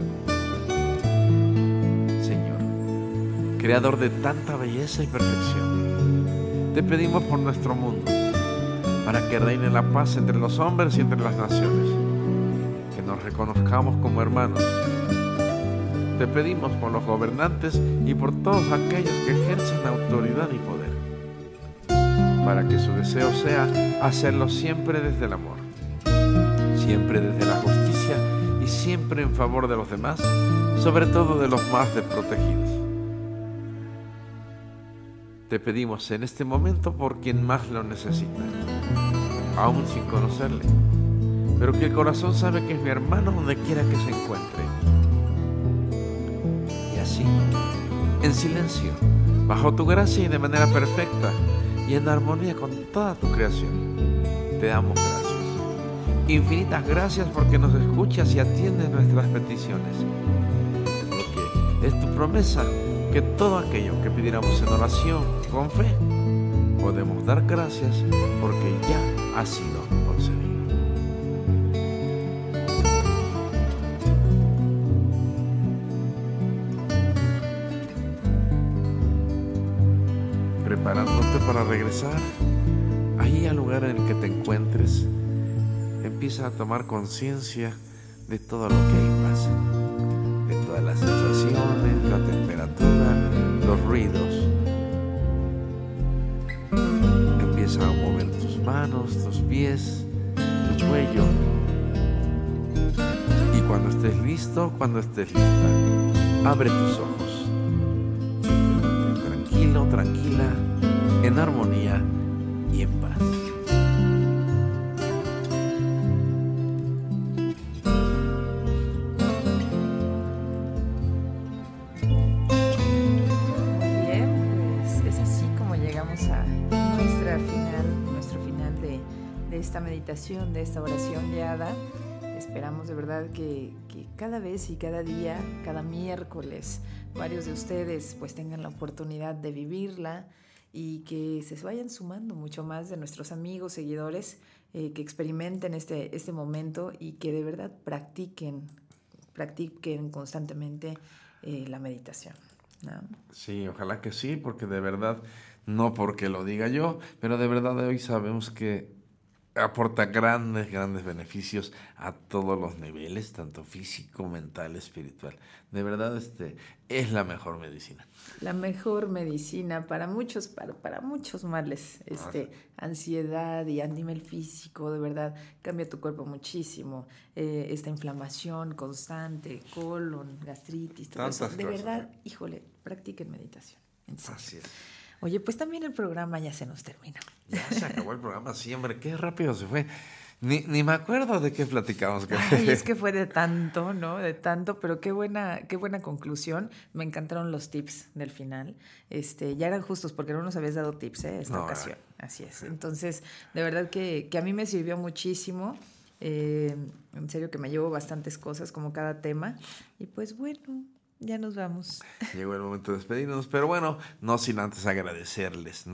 Señor, creador de tanta belleza y perfección, te pedimos por nuestro mundo, para que reine la paz entre los hombres y entre las naciones, que nos reconozcamos como hermanos. Te pedimos por los gobernantes y por todos aquellos que ejercen autoridad y poder, para que su deseo sea hacerlo siempre desde el amor, siempre desde la justicia y siempre en favor de los demás, sobre todo de los más desprotegidos. Te pedimos en este momento por quien más lo necesita, aún sin conocerle, pero que el corazón sabe que es mi hermano donde quiera que se encuentre. Y así, en silencio, bajo tu gracia y de manera perfecta y en armonía con toda tu creación, te damos gracias. Infinitas gracias porque nos escuchas y atiendes nuestras peticiones, porque es tu promesa que todo aquello que pidiéramos en oración con fe, podemos dar gracias porque ya ha sido concedido. Preparándote para regresar, ahí al lugar en el que te encuentres, empieza a tomar conciencia de todo lo que ahí pasa, de todas las sensaciones, la temperatura, los ruidos. Empieza a mover tus manos, tus pies, tu cuello. Y cuando estés listo, cuando estés lista, abre tus ojos. Tranquilo, tranquila, en armonía y en paz. Esta meditación, de esta oración guiada. Esperamos de verdad que cada vez y cada día, cada miércoles, varios de ustedes pues tengan la oportunidad de vivirla y que se vayan sumando mucho más de nuestros amigos, seguidores, que experimenten este momento y que de verdad practiquen constantemente la meditación, ¿no? Sí, ojalá que sí, porque de verdad, no porque lo diga yo, pero de verdad hoy sabemos que aporta grandes beneficios a todos los niveles, tanto físico, mental, espiritual. De verdad, es la mejor medicina. La mejor medicina para muchos males, ansiedad y a nivel físico, de verdad, cambia tu cuerpo muchísimo. Esta inflamación constante, colon, gastritis, todo eso. De verdad, híjole, practiquen meditación. Así es. Oye, pues también el programa ya se nos terminó. Ya se acabó el programa, sí, hombre, qué rápido se fue. Ni me acuerdo de qué platicamos. Ay, es que fue de tanto, ¿no? De tanto, pero qué buena conclusión. Me encantaron los tips del final. Ya eran justos porque no nos habías dado tips, esta ocasión. Así es. Entonces, de verdad que a mí me sirvió muchísimo. En serio que me llevo bastantes cosas como cada tema. Y pues bueno, ya nos vamos. Llegó el momento de despedirnos, pero bueno, no sin antes agradecerles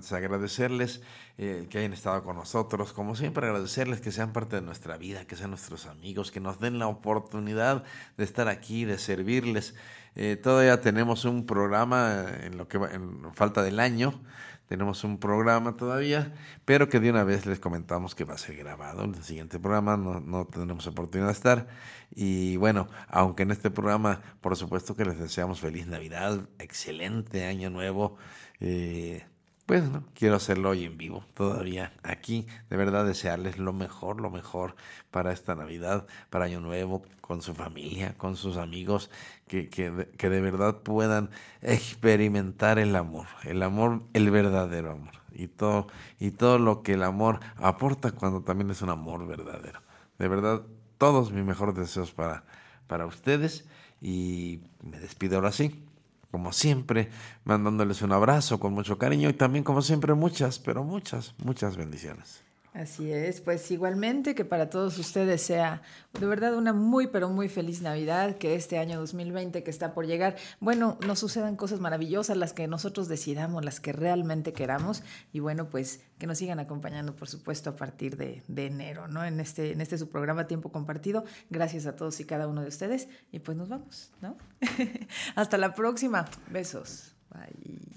que hayan estado con nosotros. Como siempre, agradecerles que sean parte de nuestra vida, que sean nuestros amigos, que nos den la oportunidad de estar aquí, de servirles. Todavía tenemos un programa en falta del año. Tenemos un programa todavía, pero que de una vez les comentamos que va a ser grabado. En el siguiente programa no tendremos oportunidad de estar. Y bueno, aunque en este programa, por supuesto que les deseamos feliz Navidad, excelente Año Nuevo. pues no, quiero hacerlo hoy en vivo, todavía aquí. De verdad desearles lo mejor para esta Navidad, para Año Nuevo, con su familia, con sus amigos, que de verdad puedan experimentar el amor, el verdadero amor. Y todo lo que el amor aporta cuando también es un amor verdadero. De verdad, todos mis mejores deseos para ustedes. Y me despido ahora sí, como siempre, mandándoles un abrazo con mucho cariño y también, como siempre, muchas bendiciones. Así es, pues igualmente que para todos ustedes sea de verdad una muy pero muy feliz Navidad, que este año 2020 que está por llegar, bueno, nos sucedan cosas maravillosas, las que nosotros decidamos, las que realmente queramos, y bueno, pues que nos sigan acompañando, por supuesto, a partir de enero, ¿no? En este su programa Tiempo Compartido. Gracias a todos y cada uno de ustedes, y pues nos vamos, ¿no? Hasta la próxima. Besos. Bye.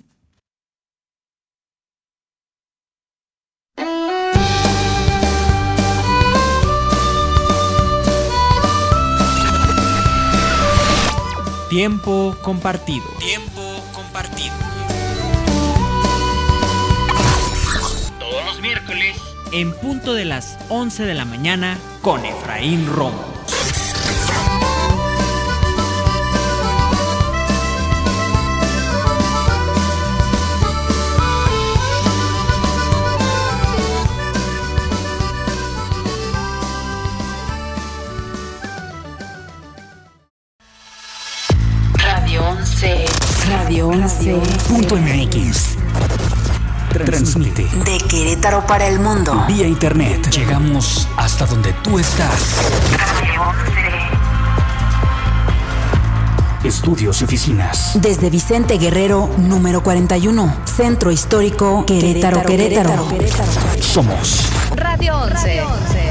Tiempo compartido. Tiempo compartido. Todos los miércoles, en punto de las 11 de la mañana, con Efraín Romo. Radio 11.mx. Transmite de Querétaro para el mundo. Vía internet. Llegamos hasta donde tú estás. Radio 11. Estudios y oficinas. Desde Vicente Guerrero, número 41. Centro Histórico, Querétaro. Somos Radio 11.